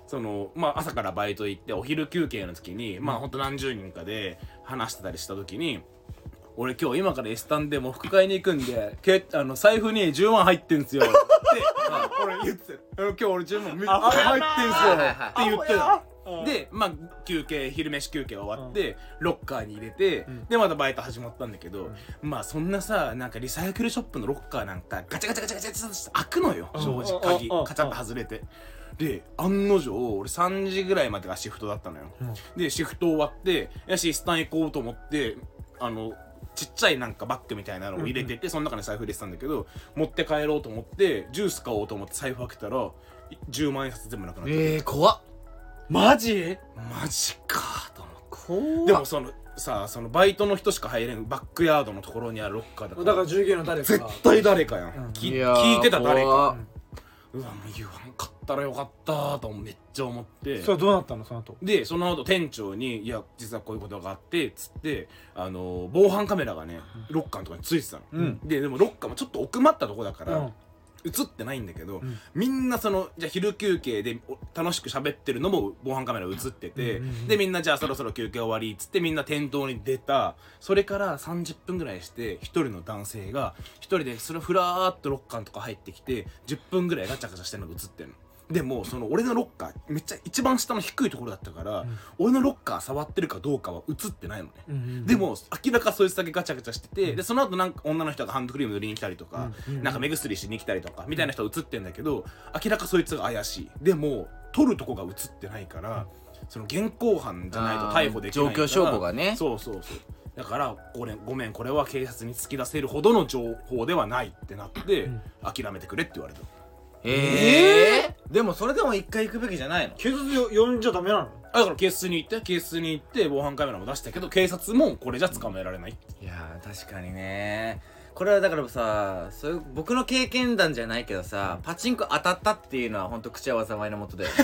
そのまあ朝からバイト行ってお昼休憩の時にまあほんと何十人かで話してたりした時に、俺今日今から S タンでも服買いに行くんで財布に10万入ってんすよって俺言ってた。今日俺10万入ってんすよって言ってた。でまあ昼飯休憩終わってロッカーに入れて、でまたバイト始まったんだけど、まあそんなさなんかリサイクルショップのロッカーなんかガチャガチャガチャガチャって開くのよ、正直鍵カチャッと外れて。で案の定俺3時ぐらいまでがシフトだったのよ、でシフト終わってよしスタン行こうと思ってちっちゃいなんかバッグみたいなのを入れてて、その中に財布入れてたんだけど、持って帰ろうと思ってジュース買おうと思って財布開けたら10万円札全部なくなって怖っ。 マジかと思って。でもそのバイトの人しか入れんバックヤードのところにあるロッカーだから、 だから従業員の誰か絶対誰かやん、聞いてた誰か。うわもう言わんかったらよかったとめっちゃ思って。 それどうなったのその後？ でその後店長に「いや実はこういうことがあって」っつって防犯カメラがねロッカーのとこについてたの、でもロッカーもちょっと奥まったとこだから、映ってないんだけど、みんなじゃあ昼休憩で楽しく喋ってるのも防犯カメラ映ってて、でみんなじゃあそろそろ休憩終わりっつってみんな店頭に出た。それから30分ぐらいして一人の男性が一人でそれふらーっとロッカーのとか入ってきて10分ぐらいガチャガチャしてるのが映ってるの。でも俺のロッカーめっちゃ一番下の低いところだったから、俺のロッカー触ってるかどうかは映ってないのね、でも明らかそいつだけガチャガチャしてて、でその後なんか女の人がハンドクリーム塗りに来たりとか、なんか目薬しに来たりとかみたいな人は映ってんだけど、明らかそいつが怪しい。でも撮るとこが映ってないから、その現行犯じゃないと逮捕できないから、 状況証拠がね。 そうだからごめんこれは警察に突き出せるほどの情報ではないってなって、諦めてくれって言われた。 でもそれでも一回行くべきじゃないの？ 警察呼んじゃダメなの？ だから警察に行って防犯カメラも出したけど、警察もこれじゃ捕まえられない。 いや確かにね。これはだからさ、そういう僕の経験談じゃないけどさ、パチンコ当たったっていうのは本当口は災いのもとだよね。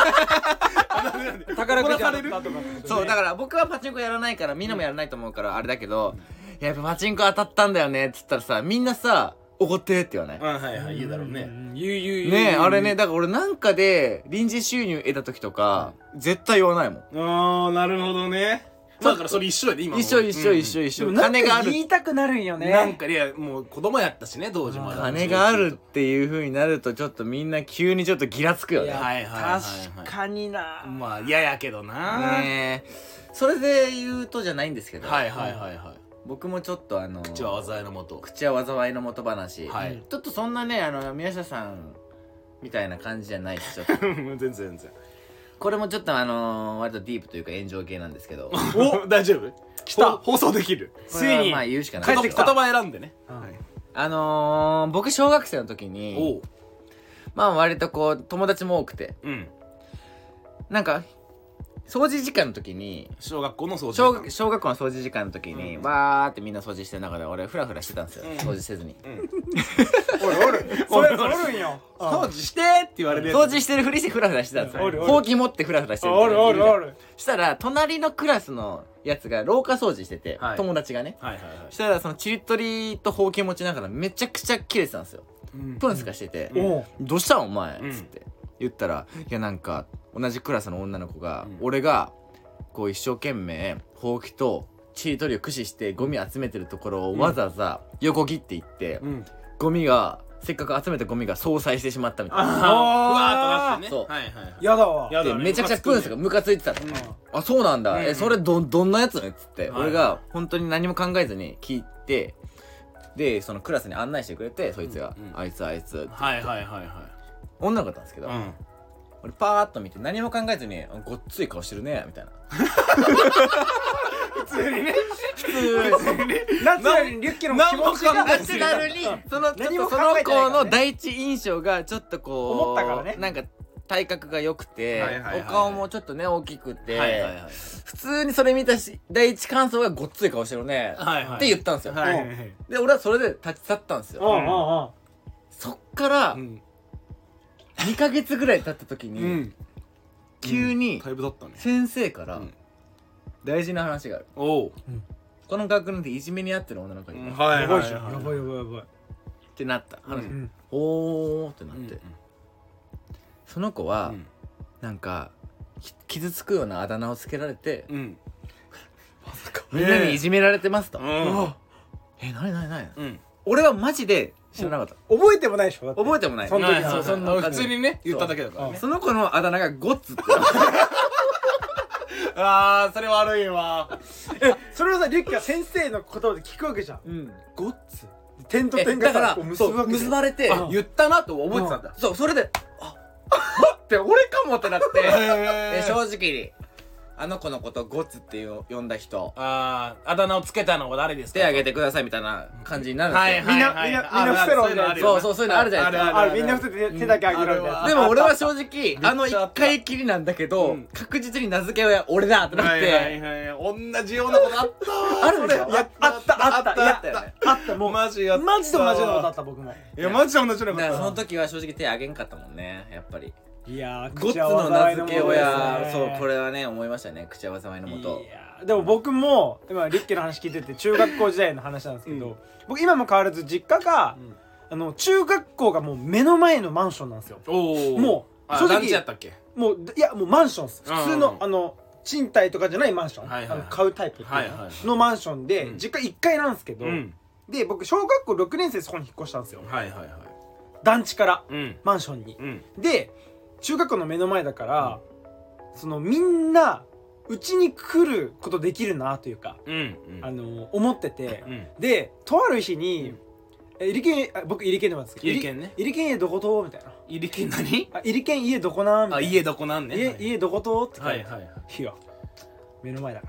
宝くじ当たったとか。 そうだから僕はパチンコやらないからみんなもやらないと思うからあれだけど、やっぱパチンコ当たったんだよねっつったらさ、みんなさ怒ってって言わない？ はいはい言うだろうね。 言うね。あれね、だから俺なんかで臨時収入得た時とか絶対言わないもん。 なるほどね。だからそれ一緒やで今の。 一緒。金がある。 言いたくなるんよね。 なんかいやもう子供やったしね当時まだ。 金があるっていう風になるとちょっとみんな急にちょっとギラつくよね。 確かにな。 まあ嫌やけどな。 ね。それで言うとじゃないんですけど。 はい。 僕もちょっと口は災いのもと話、ちょっとそんなね宮下さんみたいな感じじゃないし、ちょっと全然これもちょっと割とディープというか炎上系なんですけどお大丈夫？来た放送できる。 ついにまあ言うしかない。 言葉選んでね。 僕小学生の時にまあ割とこう友達も多くて、なんか掃除時間の時に小学校の掃除時間の時にわーってみんな掃除してる中で俺フラフラしてたんですよ、掃除せずに。 おるそれおるんよ。 掃除してって言われるやつ。 掃除してるふりしてフラフラしてたんですよ。ほうき持ってフラフラしてる。 おる。 したら隣のクラスのやつが廊下掃除してて、友達がね。したらそのちりとりとほうき持ちながらめちゃくちゃキレてたんですよ。プンスカしてて、どうしたんお前っつって言ったら、いやなんか同じクラスの女の子が、俺がこう一生懸命ほうきとちりとりを駆使してゴミ集めてるところをわざわざ横切っていって、ゴミがせっかく集めたゴミが相殺してしまったみたいな。 うわーっとなってね。 そうやだわ。 でめちゃくちゃプンスがムカついてたの。あそうなんだ。それどんなやつねっつって、俺が本当に何も考えずに聞いて、でそのクラスに案内してくれて、そいつがあいつ女の子だったんですけど、俺パーッと見て何も考えずにごっつい顔してるねみたいな。 普通にね。ナチュラルにリュッケの気持ちがナチュラルにその子の第一印象がちょっとこう思ったからね。 なんか体格が良くてお顔もちょっとね大きくて、普通にそれ見たし第一感想がごっつい顔してるねって言ったんですよ。で俺はそれで立ち去ったんですよ。そっから2ヶ月ぐらい経った時に急に先生から大事な話がある。この学年でいじめに遭ってる女の子がいる。 やばいってなった話。おーってなって、その子はなんか傷つくようなあだ名をつけられて、みんなにいじめられてますと。なに、俺はマジで知らなかった。 覚えてもないでしょ。 覚えてもない。その時普通にね言っただけだからね。 その子のあだ名がゴッツって。 あーそれ悪いわ。 それをさリュッキーが先生の言葉で聞くわけじゃん。ゴッツ点と点がさ結ばれて言ったなと覚えてたんだ。 そう、それであって俺かもってなって、正直にあの子のことをゴッツって呼んだ人、 あだ名をつけたのは誰ですか、 手挙げてくださいみたいな感じになるんですよ。 みんな伏せろみたいな。 そういうのあるじゃないですか。 みんな伏せて手だけ挙げろみたいな。 でも俺は正直一回きりなんだけど、確実に名付け親俺だってなって、 同じようなことあったあるでしょ。 あったもうマジと同じようなことあった。僕もいやマジで同じようなこと。 その時は正直手挙げんかったもんね、やっぱり。 いやゴッツの名付け親、そうこれはね思いましたね、口は災いのもと。 いやでも僕も今リュッケの話聞いてて中学校時代の話なんですけど、僕今も変わらず実家が中学校がもう目の前のマンションなんですよ。もう正直やったっけ、 もういやもうマンションです。普通の賃貸とかじゃないマンション、買うタイプのマンションで実家1階なんですけど、で僕小学校6年生そこに引っ越したんですよ。団地からマンションに。で中学校の目の前だからみんなうちに来ることできるなというか思ってて、でとある日に僕入り県なんですけど、入り県家どことみたいな。 入り県何？ 入り県家どこなみたいな。 家どこなんね。 家どことって日は目の前だから。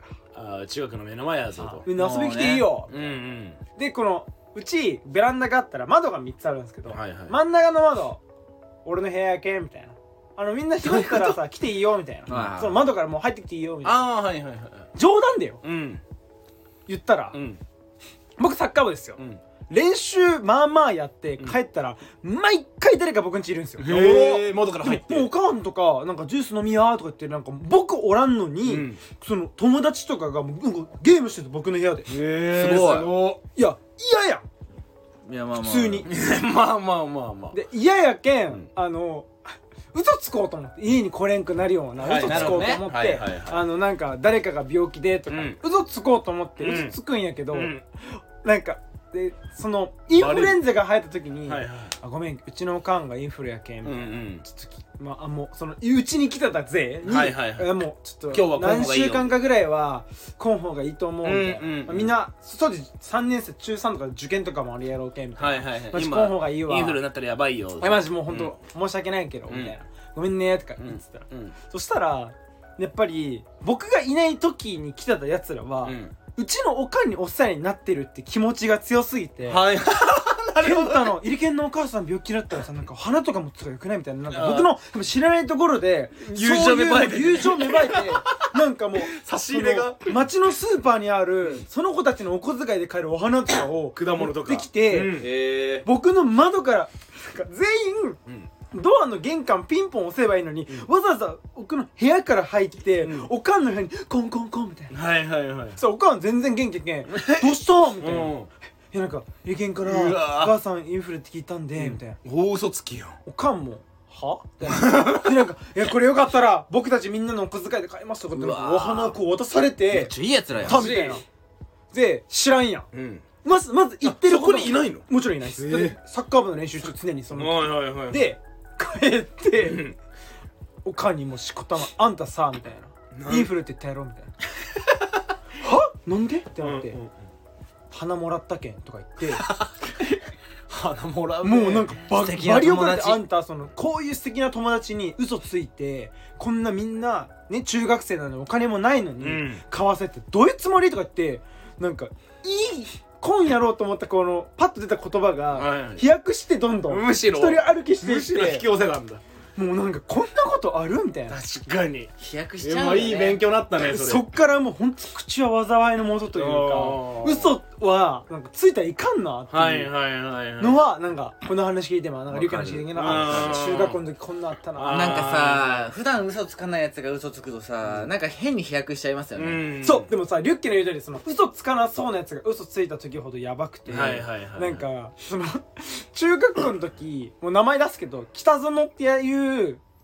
中学の目の前やぞと。 みんな遊び来ていいよ。でうちベランダがあったら窓が3つあるんですけど、真ん中の窓俺の部屋やけんみたいな。みんな暇ったらさ来ていいよみたいな。その窓からもう入ってきていいよみたいな。冗談だよ。言ったら僕サッカー部ですよ。練習まあまあやって帰ったら毎回誰か僕ん家いるんですよ。 窓から入って。 もうおかんとかなんかジュース飲みやとか言ってなんか僕おらんのにその友達とかがもうなんかゲームしてる僕の部屋で。 すごい。いや嫌やん。 いやまあ普通に。 まあ。 で嫌やけん嘘つこうと思って家に来れんくなるような嘘つこうと思ってなんか誰かが病気でとか嘘つこうと思って嘘つくんやけどなんかでインフルエンザが流行った時に「ごめんうちのおかんがインフルやけん」みたいなちょっともううちに来てたぜにもうちょっと何週間かぐらいは来ん方がいいと思うみたいな。みんな当時3年生中3とか受験とかもあるやろうけんみたいな。マジ来ん方がいいわ。 インフルになったらやばいよ。 マジもうほんと申し訳ないけどみたいな。ごめんねとか言ってたらそしたらやっぱり僕がいない時に来てたやつらはうちのおかんにお世話になってるって気持ちが強すぎて、ケンタのイリケンのお母さん病気だったらさなんか花とか持つとかよくないみたいな、なんか僕の知らないところで友情芽生えてなんかもう差し入れが町のスーパーにあるその子たちのお小遣いで買えるお花とかを果物とか持ってきて、僕の窓から全員ドアの玄関ピンポン押せばいいのに、わざわざ僕の部屋から入って、おかんの部屋にコンコンコンみたいな。そうおかん全然元気けんどうしたみたいな。いやなんか家県からお母さんインフルって聞いたんでみたいな。 大嘘つきよ。 おかんもはでなんかいやこれよかったら僕たちみんなのお小遣いで買いますとかってお花をこう渡されてめっちゃいいやつらやみたいな。で知らんやん。まず言ってるそこにいないの？ もちろんいないです。サッカー部の練習中常にそので帰っておかんにもしこたまあんたさみたいなインフルって言ったやろみたいなはなんでってなって花もらったけんとか言って花もらうもうなんかバリオカであんたこういう素敵な友達に嘘ついてこんなみんなね中学生なのにお金もないのに買わせてどういうつもりとか言ってなんかいい今やろうと思ったこのパッと出た言葉が飛躍してどんどんむしろ一人歩きしていってむしろ引き寄せなんだ。 もうなんかこんなことあるみたいな。 確かに飛躍しちゃうよね。 いい勉強になったねそれ。 そっからもうほんと口は災いのもとというか嘘はなんかついたらいかんなっていうのはなんかこの話聞いてもなんかリュウキの話聞いて中学校の時こんなあったな。 なんかさ普段嘘つかないやつが嘘つくとさなんか変に飛躍しちゃいますよね。 そうでもさリュウキの言う通り嘘つかなそうなやつが嘘ついた時ほどやばくてなんか中学校の時もう名前出すけど北園っていう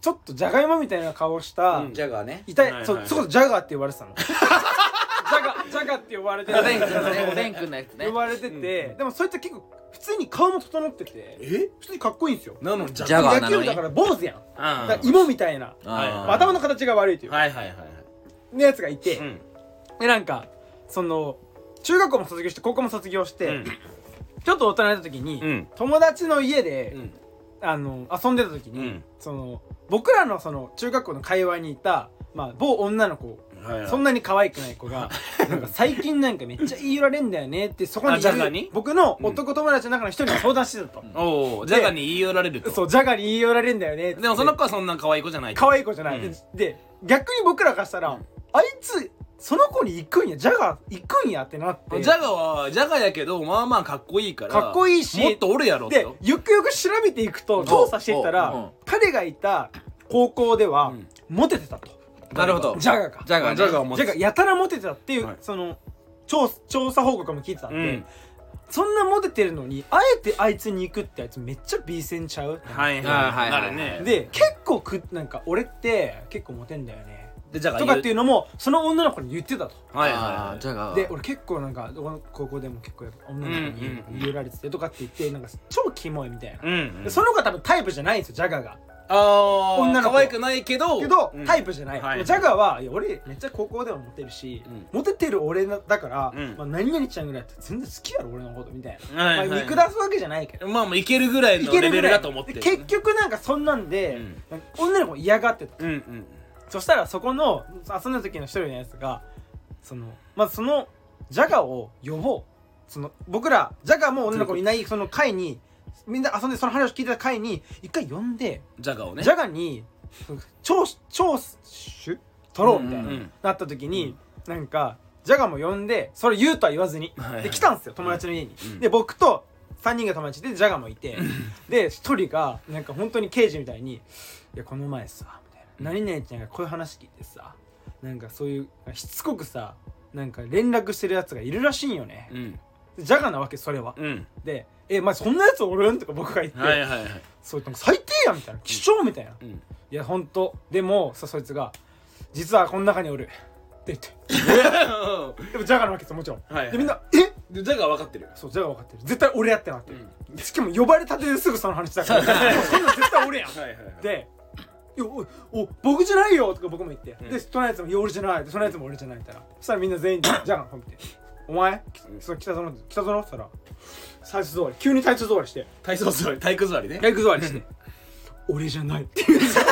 ちょっとじゃがいもみたいな顔したジャガーね痛い、そこそジャガーって言われてたのジャガって呼ばれてて、 おでんくんのね、おでんくんのやつね呼ばれてて、でもそいつは結構普通に顔も整ってて、普通にかっこいいんですよ。 なのにジャガーなのに野球だから坊主やん。だから芋みたいな頭の形が悪いというのやつがいて、でなんかその中学校も卒業して高校も卒業して、ちょっと大人になった時に友達の家で遊んでた時に、その僕らのその中学校の界隈にいた某女の子、そんなに可愛くない子がなんか最近なんかめっちゃ言い寄られんだよねってそこにいる僕の男友達の中の一人に相談してたと。 おお、ジャガに言い寄られると。 そう、ジャガに言い寄られんだよねって。 でもその子はそんな可愛い子じゃない。 可愛い子じゃない。で逆に僕らからしたらあいつその子に行くんや、ジャガ行くんやってなって、 ジャガはジャガやけどまあまあかっこいいから、 かっこいいしもっとおるやろと。 でよくよく調べていくと調査していったら彼がいた高校ではモテてたと。 なるほど。 ジャガか。 ジャガやたらモテてたっていうその調査報告も聞いてたんで、そんなモテてるのにあえてあいつに行くってあいつめっちゃ B 線ちゃう。 はいはいはい。 で結構なんか俺って結構モテんだよねとかっていうのもその女の子に言ってたと。で俺結構なんか高校でも結構女の子に言い寄られててとかって言ってなんか超キモいみたいな。その子は多分タイプじゃないんですよ、ジャガが。 女の子可愛くないけどタイプじゃない。ジャガはいや俺めっちゃ高校でもモテるし、モテてる俺だから何々ちゃんぐらいだったら全然好きやろ俺のことみたいな。見下すわけじゃないけどまあいけるぐらいのレベルだと思ってる。 結局なんかそんなんで女の子嫌がってた。そしたらそこの遊んだ時の一人のやつがまずそのジャガを呼ぼう、僕らジャガも女の子いないその会にみんな遊んでその話を聞いてた会に一回呼んでジャガをね、 ジャガに聴取取ろうみたいななった時になんかジャガも呼んでそれ言うとは言わずにで来たんですよ、友達の家に。で僕と3人が友達でジャガもいてで1人がなんか本当に刑事みたいに「いやこの前さ何々ちゃんがこういう話聞いてさなんかそういうしつこくさなんか連絡してるやつがいるらしいんよね」ジャガなわけそれは。でまあそんなやつおるんとか僕が言ってそうなんか最低やみたいな貴重みたいな。いやほんとでもそいつが実はこの中におるって言ってでもジャガなわけですよもちろん。でみんなジャガは分かってる。 そうジャガ分かってる、絶対俺やってなってる。しかも呼ばれたてですぐその話だからそんなん絶対俺やん。でお僕じゃないよとか僕も言って、でそのやつもいや俺じゃない、そのやつも俺じゃないみたいな。そしたらみんな全員ジャガン見てお前その北園って言ったらタイツ座り急にタイツ座りして体育座りねして俺じゃないって言うんですよ。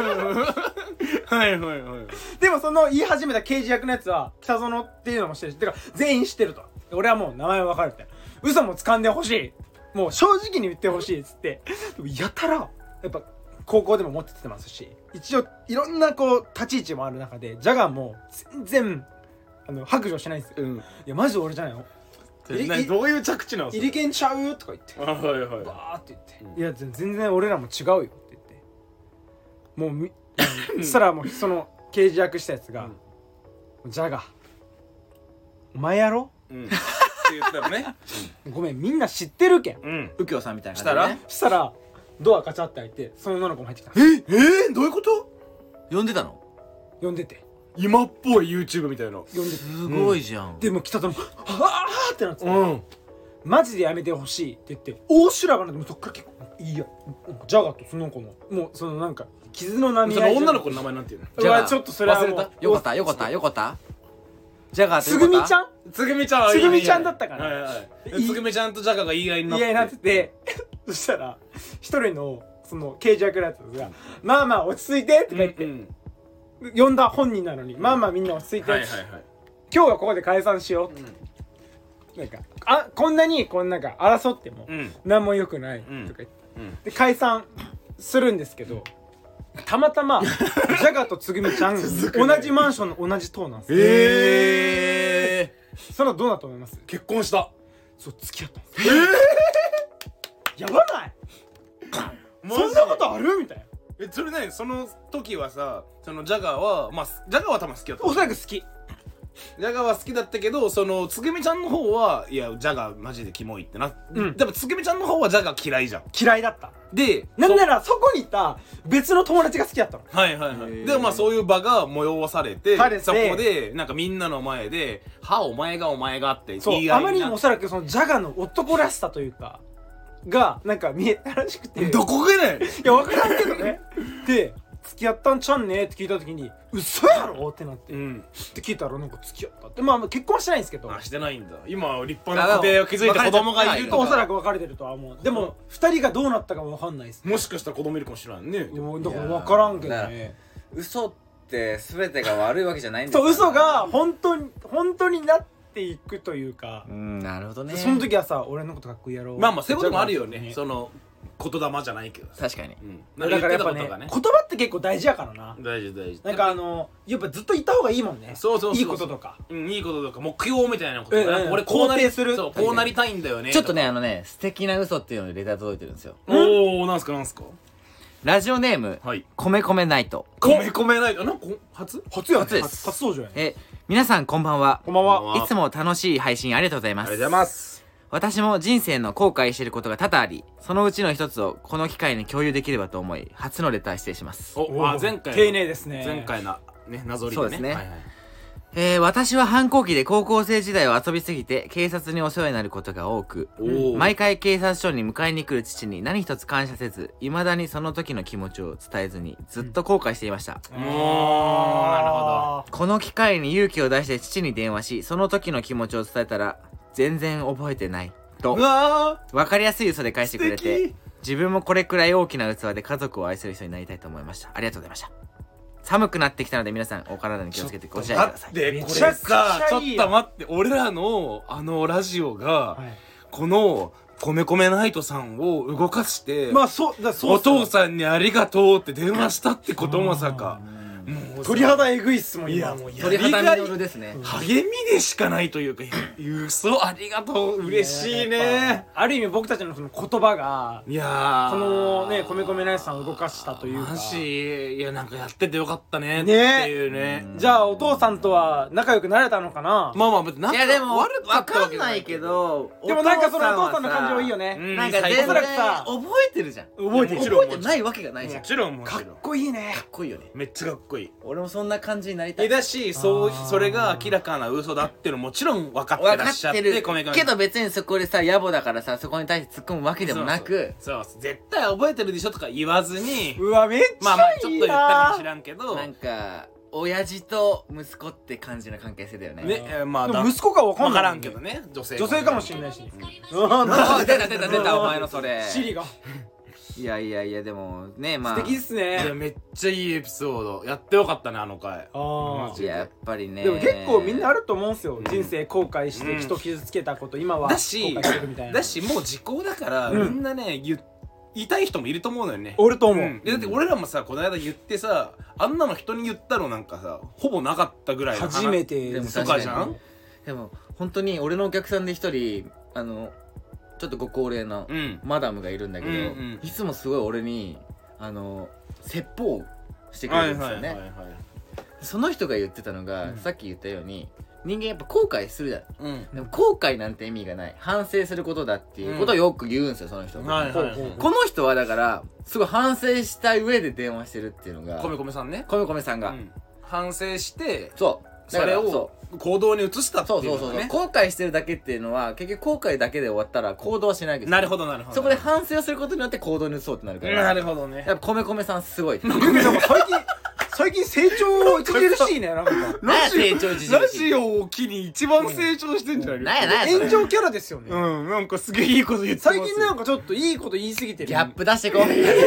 でもその言い始めた刑事役のやつは北園っていうのもしてるし、てか全員知ってると。俺はもう名前分かるって嘘も掴んでほしい、もう正直に言ってほしいっつって。でもやたらやっぱ高校でも持っててますし一応いろんなこう立ち位置もある中でジャガーも全然白状しないんですよ。いやマジ俺じゃないの、 どういう着地なんですか。 入り剣ちゃうとか言ってバーって言って、いや全然俺らも違うよって言って、もうそしたらもうその刑事役したやつがジャガーお前やろって言ったらねごめんみんな知ってるけん右京さんみたいな感じでね。 したらドアガチャって開いてその女の子も入ってきた。 どういうこと。 呼んでたの。 呼んでて今っぽい YouTube みたいな。 呼んでてすごいじゃん。 でも北園もはぁってなってマジでやめてほしいって言って大修羅場なんでもそっから結構いやジャガとその子のもうそのなんか傷の波その女の子の名前なんていうの。 じゃあちょっとそれはもうよかったジャガーつぐみちゃんつぐみちゃんだったかな。 つぐみちゃんとジャガが言い合いになっててそしたら一人のその刑事役のやつが「まあまあ落ち着いて」とか言って呼んだ本人なのに「まあまあみんな落ち着いて」今日はここで解散しようってなんかこんなにこんなんか争っても何も良くないとか言ってで解散するんですけどたまたまジャガとつぐみちゃん同じマンションの同じ棟なんですよ。それはどうなったと思います。 結婚した。 そう付き合ったんです。やばないそんなことあるみたいな。 それねその時はさそのジャガーはまあジャガーは多分好きだった。 おそらく好きジャガは好きだったけど、そのつぐみちゃんの方はいやジャガマジでキモいってな、でもつぐみちゃんの方はジャガ嫌いじゃん。 嫌いだった。 でなんならそこにいた別の友達が好きだったの。 はいはいはい。でまあそういう場が催されて、そこでなんかみんなの前で「はお前がって言い合いになって、あまりにもおそらくそのジャガの男らしさというかがなんか見えたらしくて、 どこがねいや分からんけどね。で付き合ったんちゃんねって聞いた時に嘘やろってなって、って聞いたらなんか付き合ったって。まあ結婚はしてないんですけど。 してないんだ。今立派な家庭を築いて子供がいるとか。 おそらく別れてるとは思う。でも2人がどうなったかも分かんないです。 もしかしたら子供いるかもしれないね。 でもだから分からんけどね。 嘘って全てが悪いわけじゃないんですよ。 そう嘘が本当になっていくというか。 なるほどね。 その時はさ俺のことかっこいいやろ。 まあまあそういうこともあるよね。その言霊じゃないけど。 確かに。 だからやっぱね、言葉って結構大事やからな。 大事。 なんかやっぱずっといた方がいいもんね。そういいこととか。 いいこととか目標みたいなこと。俺こうなりする。こうなりたいんだよね。 ちょっとね素敵な嘘っていうのでレター届いてるんですよ。 おお、なんすか。 ラジオネーム米米ナイト。 米ナイト。なんか初です。初登場や。 皆さんこんばんは。 こんばんは。 いつも楽しい配信ありがとうございます。 ありがとうございます。 私も人生の後悔していることが多々あり、そのうちの一つをこの機会に共有できればと思い、初のレター失礼します。 前回丁寧ですね。 前回のね、なぞりでね。そうですね。私は反抗期で高校生時代を遊びすぎて警察にお世話になることが多く、毎回警察署に迎えに来る父に何一つ感謝せず、未だにその時の気持ちを伝えずにずっと後悔していました。 なるほど。この機会に勇気を出して父に電話し、その時の気持ちを伝えたら、全然覚えてないと分かりやすい嘘で返してくれて、自分もこれくらい大きな器で家族を愛する人になりたいと思いました。ありがとうございました。寒くなってきたので皆さんお体に気をつけてご自愛ください。 でこれさ、ちょっと待って、俺らのラジオが、この米ナイトさんを動かして、お父さんにありがとうって電話したってこともさか、 鳥肌えぐいっすもん。 いやもう鳥肌ミノルですね。 励みでしかないというか、嘘ありがとう、嬉しいね。 ある意味僕たちのその言葉が、 いやこのね米ナイトさんを動かしたというか。 マジ、いやなんかやっててよかったねっていうね。 じゃあお父さんとは仲良くなれたのかな。 まあ別にいやでも分かんないけど、 でもなんかそのお父さんの感じはいいよね。 なんか全然覚えてるじゃん。 覚えてないわけがないじゃん。 もちろんかっこいいね。 かっこいいよね。 めっちゃかっこいい。 俺もそんな感じになりたい。 だし、それが明らかな嘘だっていうのもちろん分かってらっしゃって、 けど別にそこでさ野暮だからさ、そこに対して突っ込むわけでもなく、 そう絶対覚えてるでしょとか言わずに、 うわめっちゃいいな。 まあちょっと言ったかもしらんけど、 なんか親父と息子って感じの関係性だよね。 まあ息子か分からんけどね、女性かもしれないし。 出たお前のそれ。 シリが。 いやでもね、まあ素敵っすね。 めっちゃいいエピソードやってよかったね、あの回。 いややっぱりね。 でも結構みんなあると思うんすよ。人生後悔して人傷つけたこと、今は後悔してるみたいな。 だしもう時効だからみんなね言いたい人もいると思うのよね。 おると思う。 だって俺らもさ、この間言ってさ、あんなの人に言ったのなんかさほぼなかったぐらいの初めてとかじゃん。 でも本当に俺のお客さんで一人ちょっとご高齢なマダムがいるんだけど、いつもすごい俺に説法してくれるんですよね。その人が言ってたのが、さっき言ったように人間やっぱ後悔するじゃん。でも後悔なんて意味がない、反省することだっていうことをよく言うんですよ、その人が。この人はだからすごい反省した上で電話してるっていうのが、 米さんが反省して、 そうそれを行動に移したっていうね。 そう後悔してるだけっていうのは結局後悔だけで終わったら行動はしないわけです。 なるほどそこで反省をすることによって行動に移そうってなるから。 なるほどね。 やっぱ米さんすごい。 最近成長著しいね。なんかラジオを機に一番成長してんじゃない炎上キャラですよね。 なんかすげえいいこと言ってます。 最近なんかちょっといいこと言い過ぎてる。 ギャップ出してこう。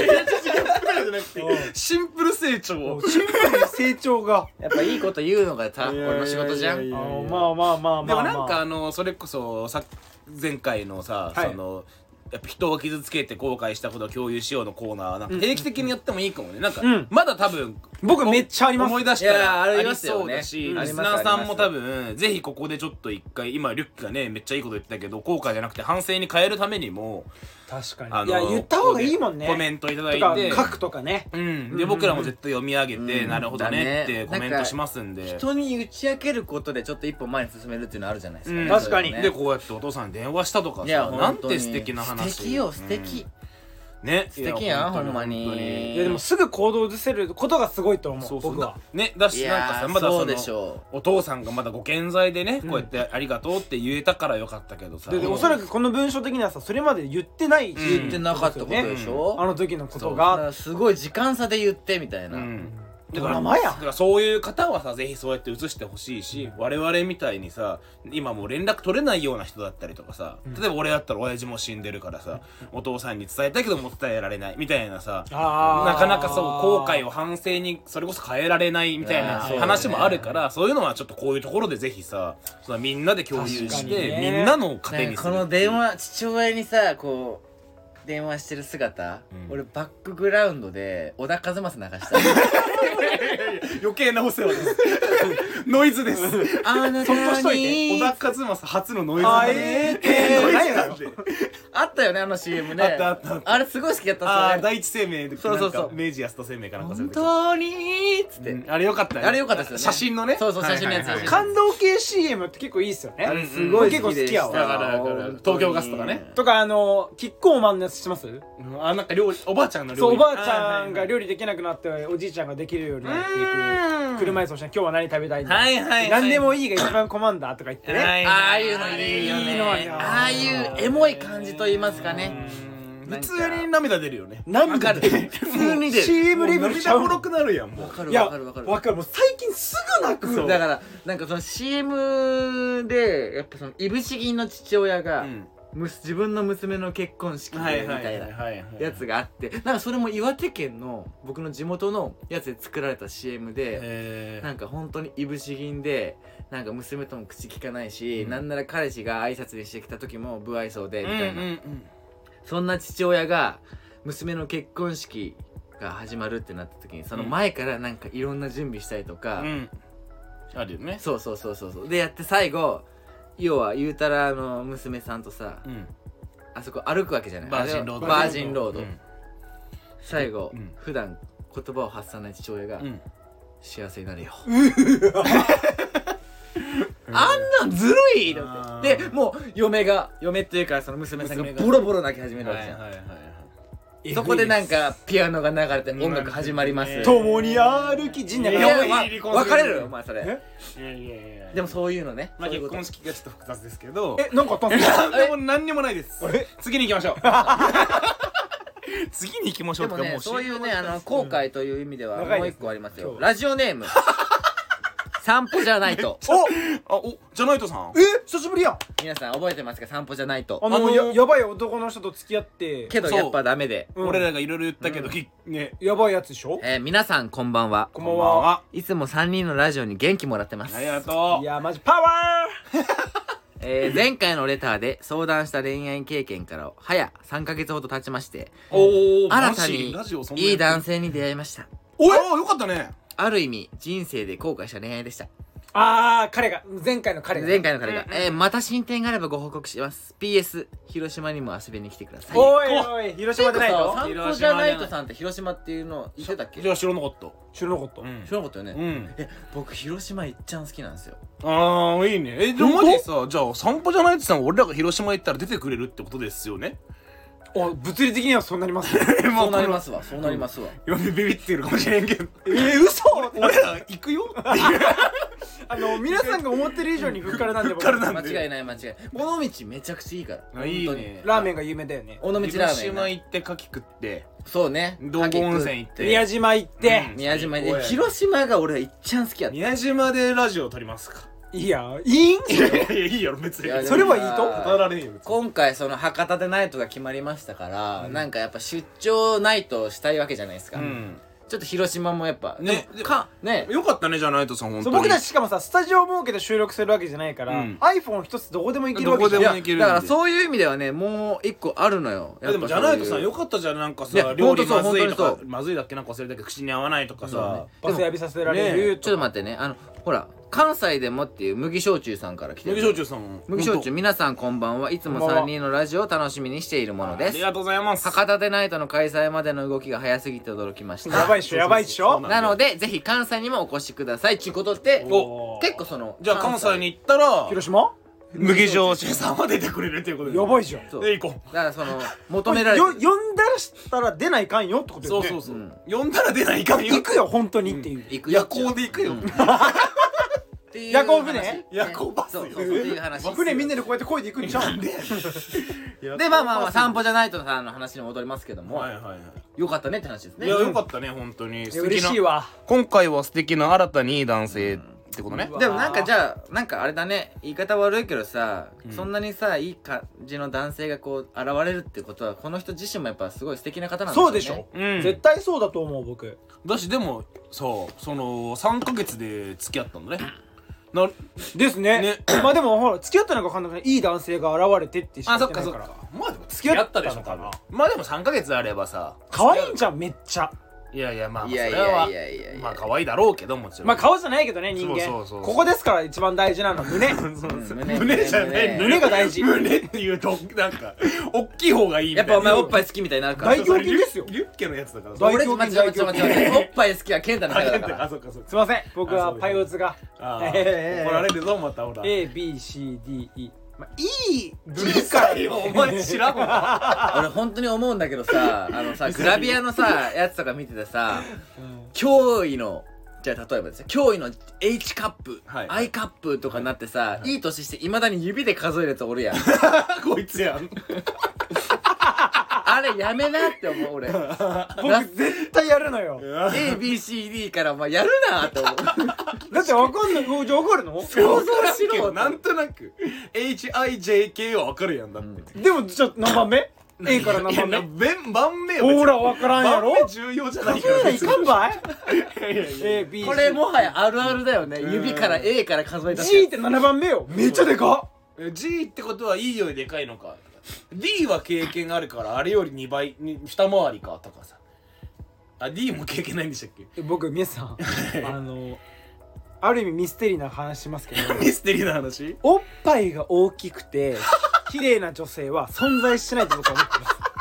シンプル成長がやっぱいいこと言うのが俺の仕事じゃん。 まあでもなんかそれこそ前回のさ、 やっぱ人を傷つけて後悔したことを共有しようのコーナーなんか定期的にやってもいいかもね。なんかまだ多分僕めっちゃあります。 思い出したらありそうだし、リスナーさんも多分ぜひここでちょっと一回、今リュックがねめっちゃいいこと言ってたけど、後悔じゃなくて反省に変えるためにも確かにいや言った方がいいもんね。 コメントいただいて書くとかね。 で僕らも絶対読み上げてなるほどねってコメントしますんで、 人に打ち明けることでちょっと一歩前に進めるっていうのあるじゃないですか。確かに。 でこうやってお父さんに電話したとかさ、なんて素敵な話。 素敵よ、素敵ね、 素敵やんほんまに。 いやでもすぐ行動を移せることがすごいと思う。僕はね、だしなんかさ、まだそのお父さんがまだご健在でね、こうやってありがとうって言えたからよかったけどさ、 でおそらくこの文章的にはさ、それまで言ってない言ってなかったことでしょ、 あの時のことがすごい時間差で言ってみたいな。 だからそういう方はさ、ぜひそうやって移してほしいし、我々みたいにさ、今もう連絡取れないような人だったりとかさ、例えば俺だったら親父も死んでるからさ、お父さんに伝えたいけども伝えられないみたいなさ、なかなかそう後悔を反省にそれこそ変えられないみたいな話もあるから、そういうのはちょっとこういうところでぜひさ、みんなで共有してみんなの糧にする。 この電話、父親にさこう電話してる姿、俺バックグラウンドで小田和正流した余計なお世話ですノイズです。 あなたに小田和正初のノイズなんであったよね、あの CM ね。 あった。 あれすごい好きだったっすよね。 第一生命で、 そう明治安田生命かなんかする本当にーっつってあれよかったね。 あれよかったですよね。 写真のね。 そう写真のやつ。 感動系 CM って結構いいっすよね。 あれすごい結構好きやわ。 だから東京ガスとかね。 とかキッコーマンのやつ知ってます？ なんか料理、おばあちゃんの料理。 そう、おばあちゃんが料理できなくなっておじいちゃんができるようになっていく車椅子をして、今日は何食べたいんだ、何でもいいが一番コマンダーとか言ってね、 ああいうのいいよね。ああいうエモい感じと言いますかね。 普通に涙出るよね。 涙出る。 普通に出る。 CM レベル涙もろくなるやん。もうわかる。 もう最近すぐ泣く。 だからなんかその CM でやっぱそのいぶし銀の父親が自分の娘の結婚式でみたいなやつがあって、なんかそれも岩手県の僕の地元のやつで作られた CM で、なんか本当にいぶし銀でなんか娘とも口聞かないし、なんなら彼氏が挨拶にしてきた時も不愛想でみたいな、そんな父親が娘の結婚式が始まるってなった時にその前からなんかいろんな準備したりとか、 あるよね。 そうでやって最後要は言うたら娘さんとさ、あそこ歩くわけじゃない、 バージンロード、最後、普段言葉を発さない父親が、幸せになれよあんなんずるいのってで、もう嫁っていうかその娘さんがボロボロ泣き始めるわけじゃん。そこでなんかピアノが流れて音楽始まります。 共に歩き陣内が別れるよお前それ。でもそういうのね。 まあ結婚式がちょっと複雑ですけど。 なんかあったんですか？ でも何にもないです。次に行きましょう。次に行きましょう。 でもね、そういうね後悔という意味ではもう一個ありますよ。ラジオネーム散歩じゃないと。 じゃないとさん。 久しぶりやん。 皆さん覚えてますか？散歩じゃないと。 やばい男の人と付き合ってけどやっぱダメで、 俺らがいろいろ言ったけどね、 やばいやつでしょ。 皆さんこんばんは。 こんばんは。 いつも3人のラジオに元気もらってます。 ありがとう。 いやマジパワー前回のレターで相談した恋愛経験から早3ヶ月ほど経ちまして、新たにいい男性に出会いました。 よかったね。 ある意味人生で後悔した恋愛でした。 前回の彼が、 また進展があればご報告します。 PS 広島にも遊びに来てください。 おい広島でないと。 散歩じゃないとさんって広島っていうの言ってたっけ？ いや知らなかった。 知らなかったよね。僕広島いっちゃん好きなんですよ。 いいね。でもマジでさ、じゃあ散歩じゃないとさん俺らが広島行ったら出てくれるってことですよね。 物理的にはそうなりますね。 そうなりますわ。 ビビってるかもしれんけど。 嘘。 俺ら行くよっていう。 皆さんが思ってる以上にふっからなんで。 間違いない。尾道めちゃくちゃいいから。 いいね。 ラーメンが有名だよね。 尾道ラーメン。 広島行って牡蠣食って。 そうね。 道後温泉行って。 宮島行って。 広島が俺いっちゃん好きやった。 宮島でラジオ撮りますか。 いやいいんいいやろ別に。 それはいいと語られんよ。 今回その博多でナイトが決まりましたから、なんかやっぱ出張ナイトしたいわけじゃないですか。ちちょっと広島もやっぱねよかったねじゃあナイトさん本当に。 僕たちしかもさスタジオ設けて収録するわけじゃないから、iPhone 一つどこでも行けるわけじゃない。 だからそういう意味ではねもう一個あるのよ。 でもじゃあナイトさんよかったじゃん。なんかさ料理まずいとかまずいだっけなんか忘れたけど口に合わないとかさバス浴びさせられる。 ちょっと待ってねほら関西でもっていう麦焼酎さんから来てる。 麦焼酎さん麦焼酎皆さんこんばんはいつも3人のラジオを楽しみにしているものです。 ありがとうございます。 博多でナイトの開催までの動きが早すぎて驚きました。 やばいっしょやばいっしょ。 なのでぜひ関西にもお越しくださいちゅうことで結構そのじゃあ関西に行ったら広島麦焼酎さんは出てくれるっていうことでやばいじゃん。 で行こう。だからその求められて呼んだらしたら出ないかんよってことよね。 そう呼んだら出ないかんよ。 行くよ本当にっていう。 行くよ夜行で行くよ。 夜行船夜行バスそうっていう話。 船みんなでこうやって漕いで行くんちゃうんで。 でまあ散歩じゃないとさんの話に戻りますけどもよかったねって話ですね。 いやよかったね本当に。 嬉しいわ。 今回は素敵な新たにいい男性ってことね。 でもなんかじゃあなんかあれだね言い方悪いけどさそんなにさいい感じの男性がこう現れるってことはこの人自身もやっぱすごい素敵な方なんですよね。 そうでしょ。絶対そうだと思う僕。 だしでもそうその3ヶ月で付き合ったんだね。 ですね。まあでもほら付き合ったのか分かんないけどいい男性が現れてってしか言ってないから。 まあでも付き合ったでしょ多分。まあでも3ヶ月あればさ可愛いんじゃんめっちゃ。 いやいやまあそれはまあ可愛いだろうけどもちろん。 まあ顔じゃないけどね人間。ここですから一番大事なのは胸。 胸じゃない胸が大事。 胸っていうとなんか大きい方がいいみたいな。 やっぱお前おっぱい好きみたいになるから。 大胸筋ですよ。 リュッケのやつだから。 大胸筋大胸筋。 おっぱい好きは健太の方だから。 あそっかそっか。 すいません僕はパイオツが。 怒られるぞまたほら。 A B C D E。いいからよお前知らんわ。 俺本当に思うんだけどさグラビアのさやつとか見ててさ驚異のじゃあ例えばですよ驚異の H カップ I カップとかになってさいい年していまだに指で数えるやつおるやん。 こいつやん。 あれやめなって思う俺。 僕絶対やるのよ。 ABCD からお前やるなって思う。 だって分かんない。じゃあ分かるの？ 想像しろ。 なんとなく HIJK は分かるやんだって。 でもじゃあ何番目？A から何番目？ 番目ほら分からんやろ？ 番目重要じゃないから。 数えないかんばい？A B C。 これもはやあるあるだよね。指から A から数えた。 G って7番目よ。めっちゃでかっ。G ってことはいいよりでかいのか。D は経験あるからあれより2倍二回りかとかさ。あ D も経験ないんでしたっけ？ 僕皆さんある意味ミステリーな話しますけどミステリーな話？ おっぱいが大きくて綺麗な女性は存在してないと僕は思って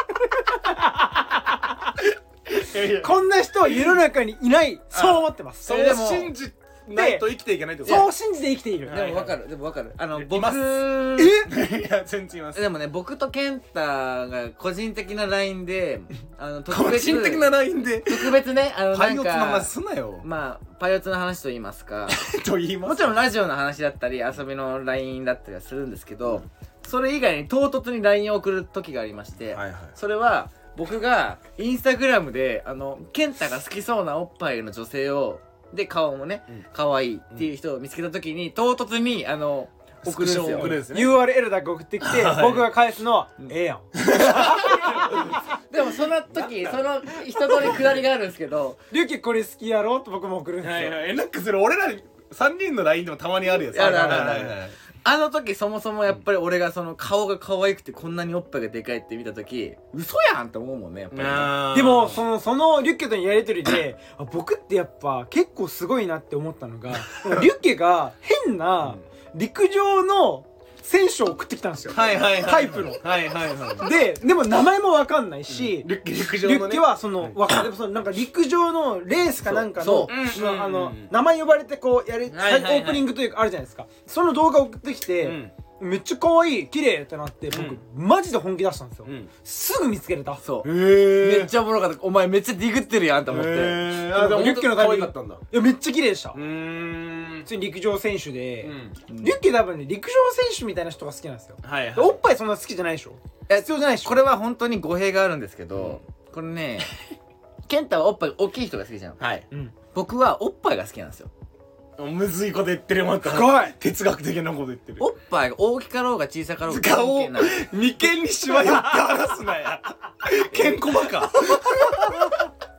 ますこんな人は世の中にいないそう思ってます。 そう信じないと生きていけないってこと？ そう信じて生きている。 でも分かるでも分かる僕いや全然います。 でもね僕と健太が個人的な LINE で個人的な LINE で特別ねパイオツの話すなよ。 まあパイオツの話と言いますかと言いますもちろんラジオの話だったり遊びの LINE だったりはするんですけどそれ以外に唐突に LINE を送る時がありましてそれは僕がインスタグラムで健太が好きそうなおっぱいの女性をで顔もね可愛いっていう人を見つけた時に唐突に送るんですよ。 URL だけ送ってきて僕が返すのはええやん。 でもその時その一通りくだりがあるんですけどリュウキこれ好きやろと僕も送るんですよ。 なんかそれ俺ら3人の LINE でもたまにあるやつ。 あの時そもそもやっぱり俺がその顔が可愛くてこんなにおっぱいがでかいって見た時嘘やんって思うもんねやっぱり。でもそのリュッケとのやりとりで僕ってやっぱ結構すごいなって思ったのがリュッケが変な陸上の選手を送ってきたんですよ。タイプの。でも名前も分かんないし、リュッケはなんか陸上のレースかなんかの名前呼ばれてこうやるオープニングというかあるじゃないですか。その動画送ってきてめっちゃ可愛い綺麗ってなって僕マジで本気出したんですよ。すぐ見つけれた。 そうめっちゃおもろかった。お前めっちゃディグってるやんと思って。 リュッケのタイミングいやめっちゃ綺麗でした。普通に陸上選手でリュッケ多分ね陸上選手みたいな人が好きなんですよ。おっぱいそんな好きじゃないでしょ。必要じゃないでしょ。 これは本当に語弊があるんですけどこれね健太はおっぱい大きい人が好きじゃん。僕はおっぱいが好きなんですよ。 むずいこと言ってるまた。 深い哲学的なこと言ってる。 おっぱいが大きかろうが小さかろうが関係ない。 眉間にしわ寄って話すなや。ケンコバか。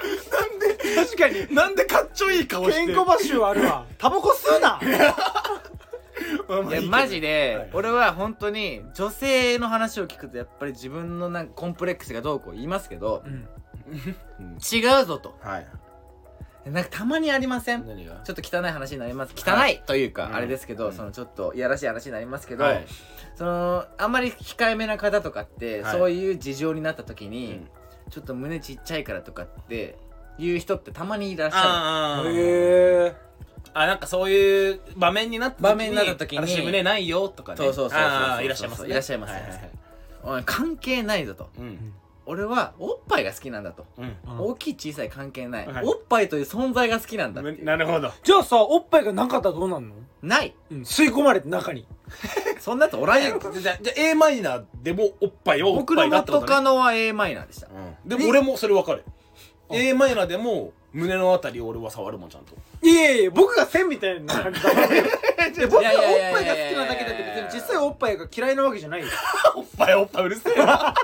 確かになんでかっちょいい顔してケンコバ臭あるわ。タバコ吸うな。 いやマジで俺は本当に女性の話を聞くとやっぱり自分のなんかコンプレックスがどうこう言いますけど、違うぞと。なんかたまにありません？ 何が？ ちょっと汚い話になります。汚いというかあれですけど、そのちょっといやらしい話になりますけど、そのあんまり控えめな方とかってそういう事情になった時にちょっと胸ちっちゃいからとかっていう人ってたまにいらっしゃる。 へえ。 なんかそういう場面になった時に私胸ないよとかね。 そういらっしゃいますね。 いらっしゃいます。関係ないぞと。俺はおっぱいが好きなんだと。大きい小さい関係ない。おっぱいという存在が好きなんだ。 なるほど。 じゃあさ、おっぱいがなかったらどうなんの？ ない。 吸い込まれて中に。 そんなやつおらんやん。 じゃあ A マイナーでもおっぱいはおっぱいだってことね。僕の元カノは A マイナーでした。 でも俺もそれ分かる。A マイナーでも胸のあたり俺は触るもんちゃんと。 いやいや、僕が線みたいな感じだ。僕はおっぱいが好きなだけだって別に実際おっぱいが嫌いなわけじゃないよ。 おっぱいうるせえな。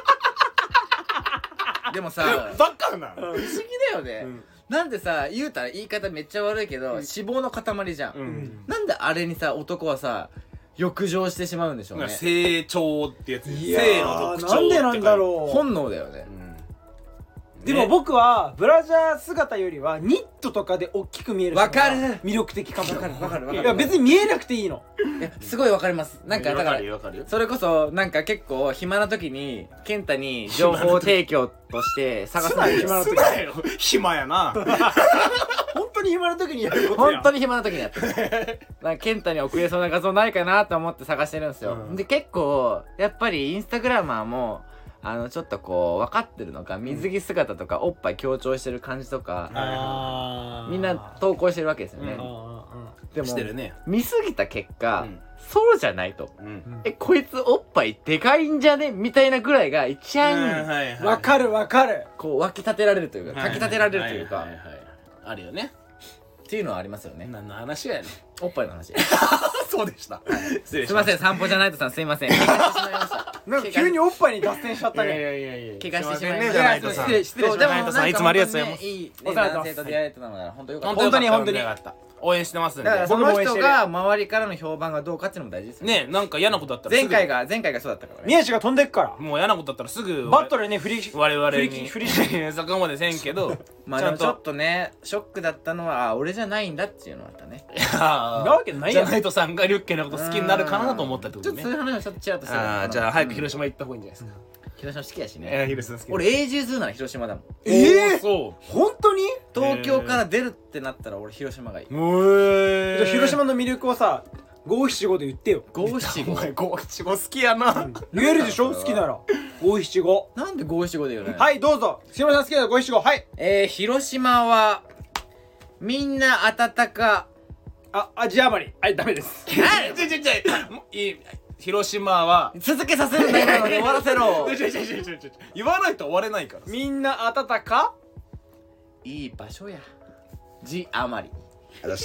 でもさ、 バカな不思議だよね。なんでさ、言うたら言い方めっちゃ悪いけど脂肪の塊じゃん。なんであれにさ男はさ欲情してしまうんでしょうね。 成長ってやつ。性の特徴。 なんでなんだろう。 本能だよね。 でも僕はブラジャー姿よりはニットとかで大きく見えるわかる魅力的かも。 わかる。 いや別に見えなくていいの。 いやすごいわかります。なんかだからわかるよ。 それこそなんか結構暇な時に健太に情報提供として探すのよ。 暇な時。 暇やな。 本当に暇な時にやることや。 本当に暇な時にやってる。なんか健太に送れそうな画像ないかなと思って探してるんですよ。で結構やっぱりインスタグラマーもちょっとこう分かってるのか水着姿とかおっぱい強調してる感じとかみんな投稿してるわけですよね。でも見すぎた結果そうじゃないと。こいつおっぱいでかいんじゃねみたいなぐらいが一番分かるこう湧き立てられるというかかき立てられるというかあるよねっていうのはありますよね。 何の話やねん。 おっぱいの話。 そうでした。 すいません、散歩じゃないとさんすいません。怪我してしまいました。 なんか急におっぱいに脱線しちゃったね。 怪我してしまいました。 失礼しました。 いつもありがとうございます。 いい男性と出会えたのが本当よかった。 本当に応援してますんで。 だからその人が周りからの評判がどうかっていうのも大事ですよね。なんか嫌なことだったら前回がそうだったからね。 宮地が飛んでっからもう嫌なことだったらすぐバットでね我々にそこまでせんけどまあでもちょっとねショックだったのは俺じゃないんだっていうのがあったね。 なわけないやん。 じゃないとさんがリュッケのこと好きになるかなと思ったってことね。 ちょっとそういう話をちょっとチラッとしてた。 じゃあ早く広島行った方がいいんじゃないですか。 広島好きやしね。 広島好き。 俺永住するなら広島だもん。 そう本当に東京から出るってなったら俺広島がいい。 じゃあ広島の魅力をさ575で言ってよ。 575。 お前575好きやな。 言えるでしょ好きなら575。 なんで575で言うの？ はいどうぞ。広島さん好きなら575。はい。 広島はみんな温か。 字余り。はいダメです。 広島は続けさせるんだ今ので終わらせろ。 言わないと終われないから。 みんな温かいい場所や。字余り。 ありがとうございました。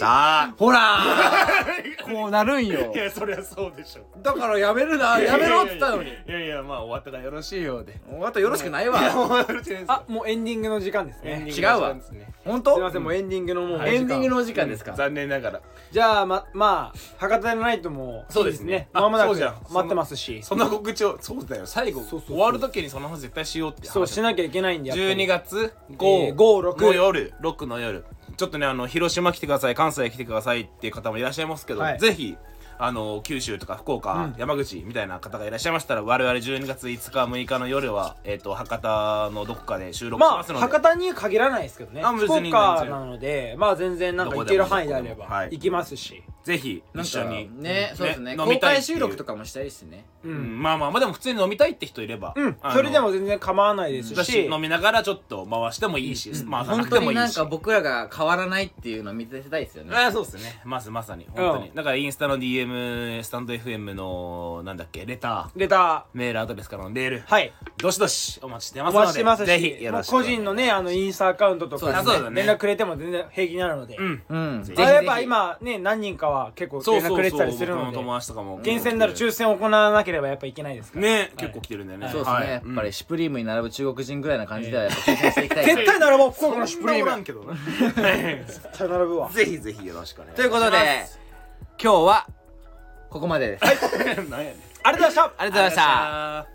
ほらこうなるんよ。 いやそりゃそうでしょ。 だからやめるなやめろって言ったのに。 いやまあ終わったらよろしいようで。 終わったらよろしくないわ。 もうエンディングの時間ですね。 違うわ。本当？ すいませんもうエンディングのもうエンディングのお時間ですか。 残念ながら。 じゃあまあ博多のナイトもそうですね。 まもなく待ってますし。 そんな告知をそうだよ最後終わる時にその話絶対しようってそうしなきゃいけないんで。 12月5の夜6の夜ちょっとね広島来てください関西来てくださいっていう方もいらっしゃいますけどぜひ九州とか福岡、山口みたいな方がいらっしゃいましたら我々12月5日6日の夜は博多のどこかで収録しますので博多に限らないですけどね福岡なので全然なんか行ける範囲であれば行きますしぜひ一緒にねそうですね公開収録とかもしたいですね。 まあでも普通に飲みたいって人いればそれでも全然構わないですし飲みながらちょっと回してもいいし本当になんか僕らが変わらないっていうのを見せたいですよね。 そうですねまさに本当にだからインスタの DMスタンド FM のなんだっけレターメールアドレスからのメールどしどしお待ちしてますのでぜひよろしく個人のねインスタアカウントとか連絡くれても全然平気になるのでやっぱ今ね何人かはは結構連絡くれてたりするので、厳選なる抽選を行わなければやっぱいけないですからね。結構来てるんだよね。 そうですね、やっぱりシュプリームに並ぶ中国人ぐらいな感じではやっぱ挑戦していきたい。 絶対並ぼう、福岡のシュプリーム。 絶対並ぶわ。 ぜひぜひよろしくお願いします。 ということで今日はここまでです。 はい、ありがとうございました。 ありがとうございました。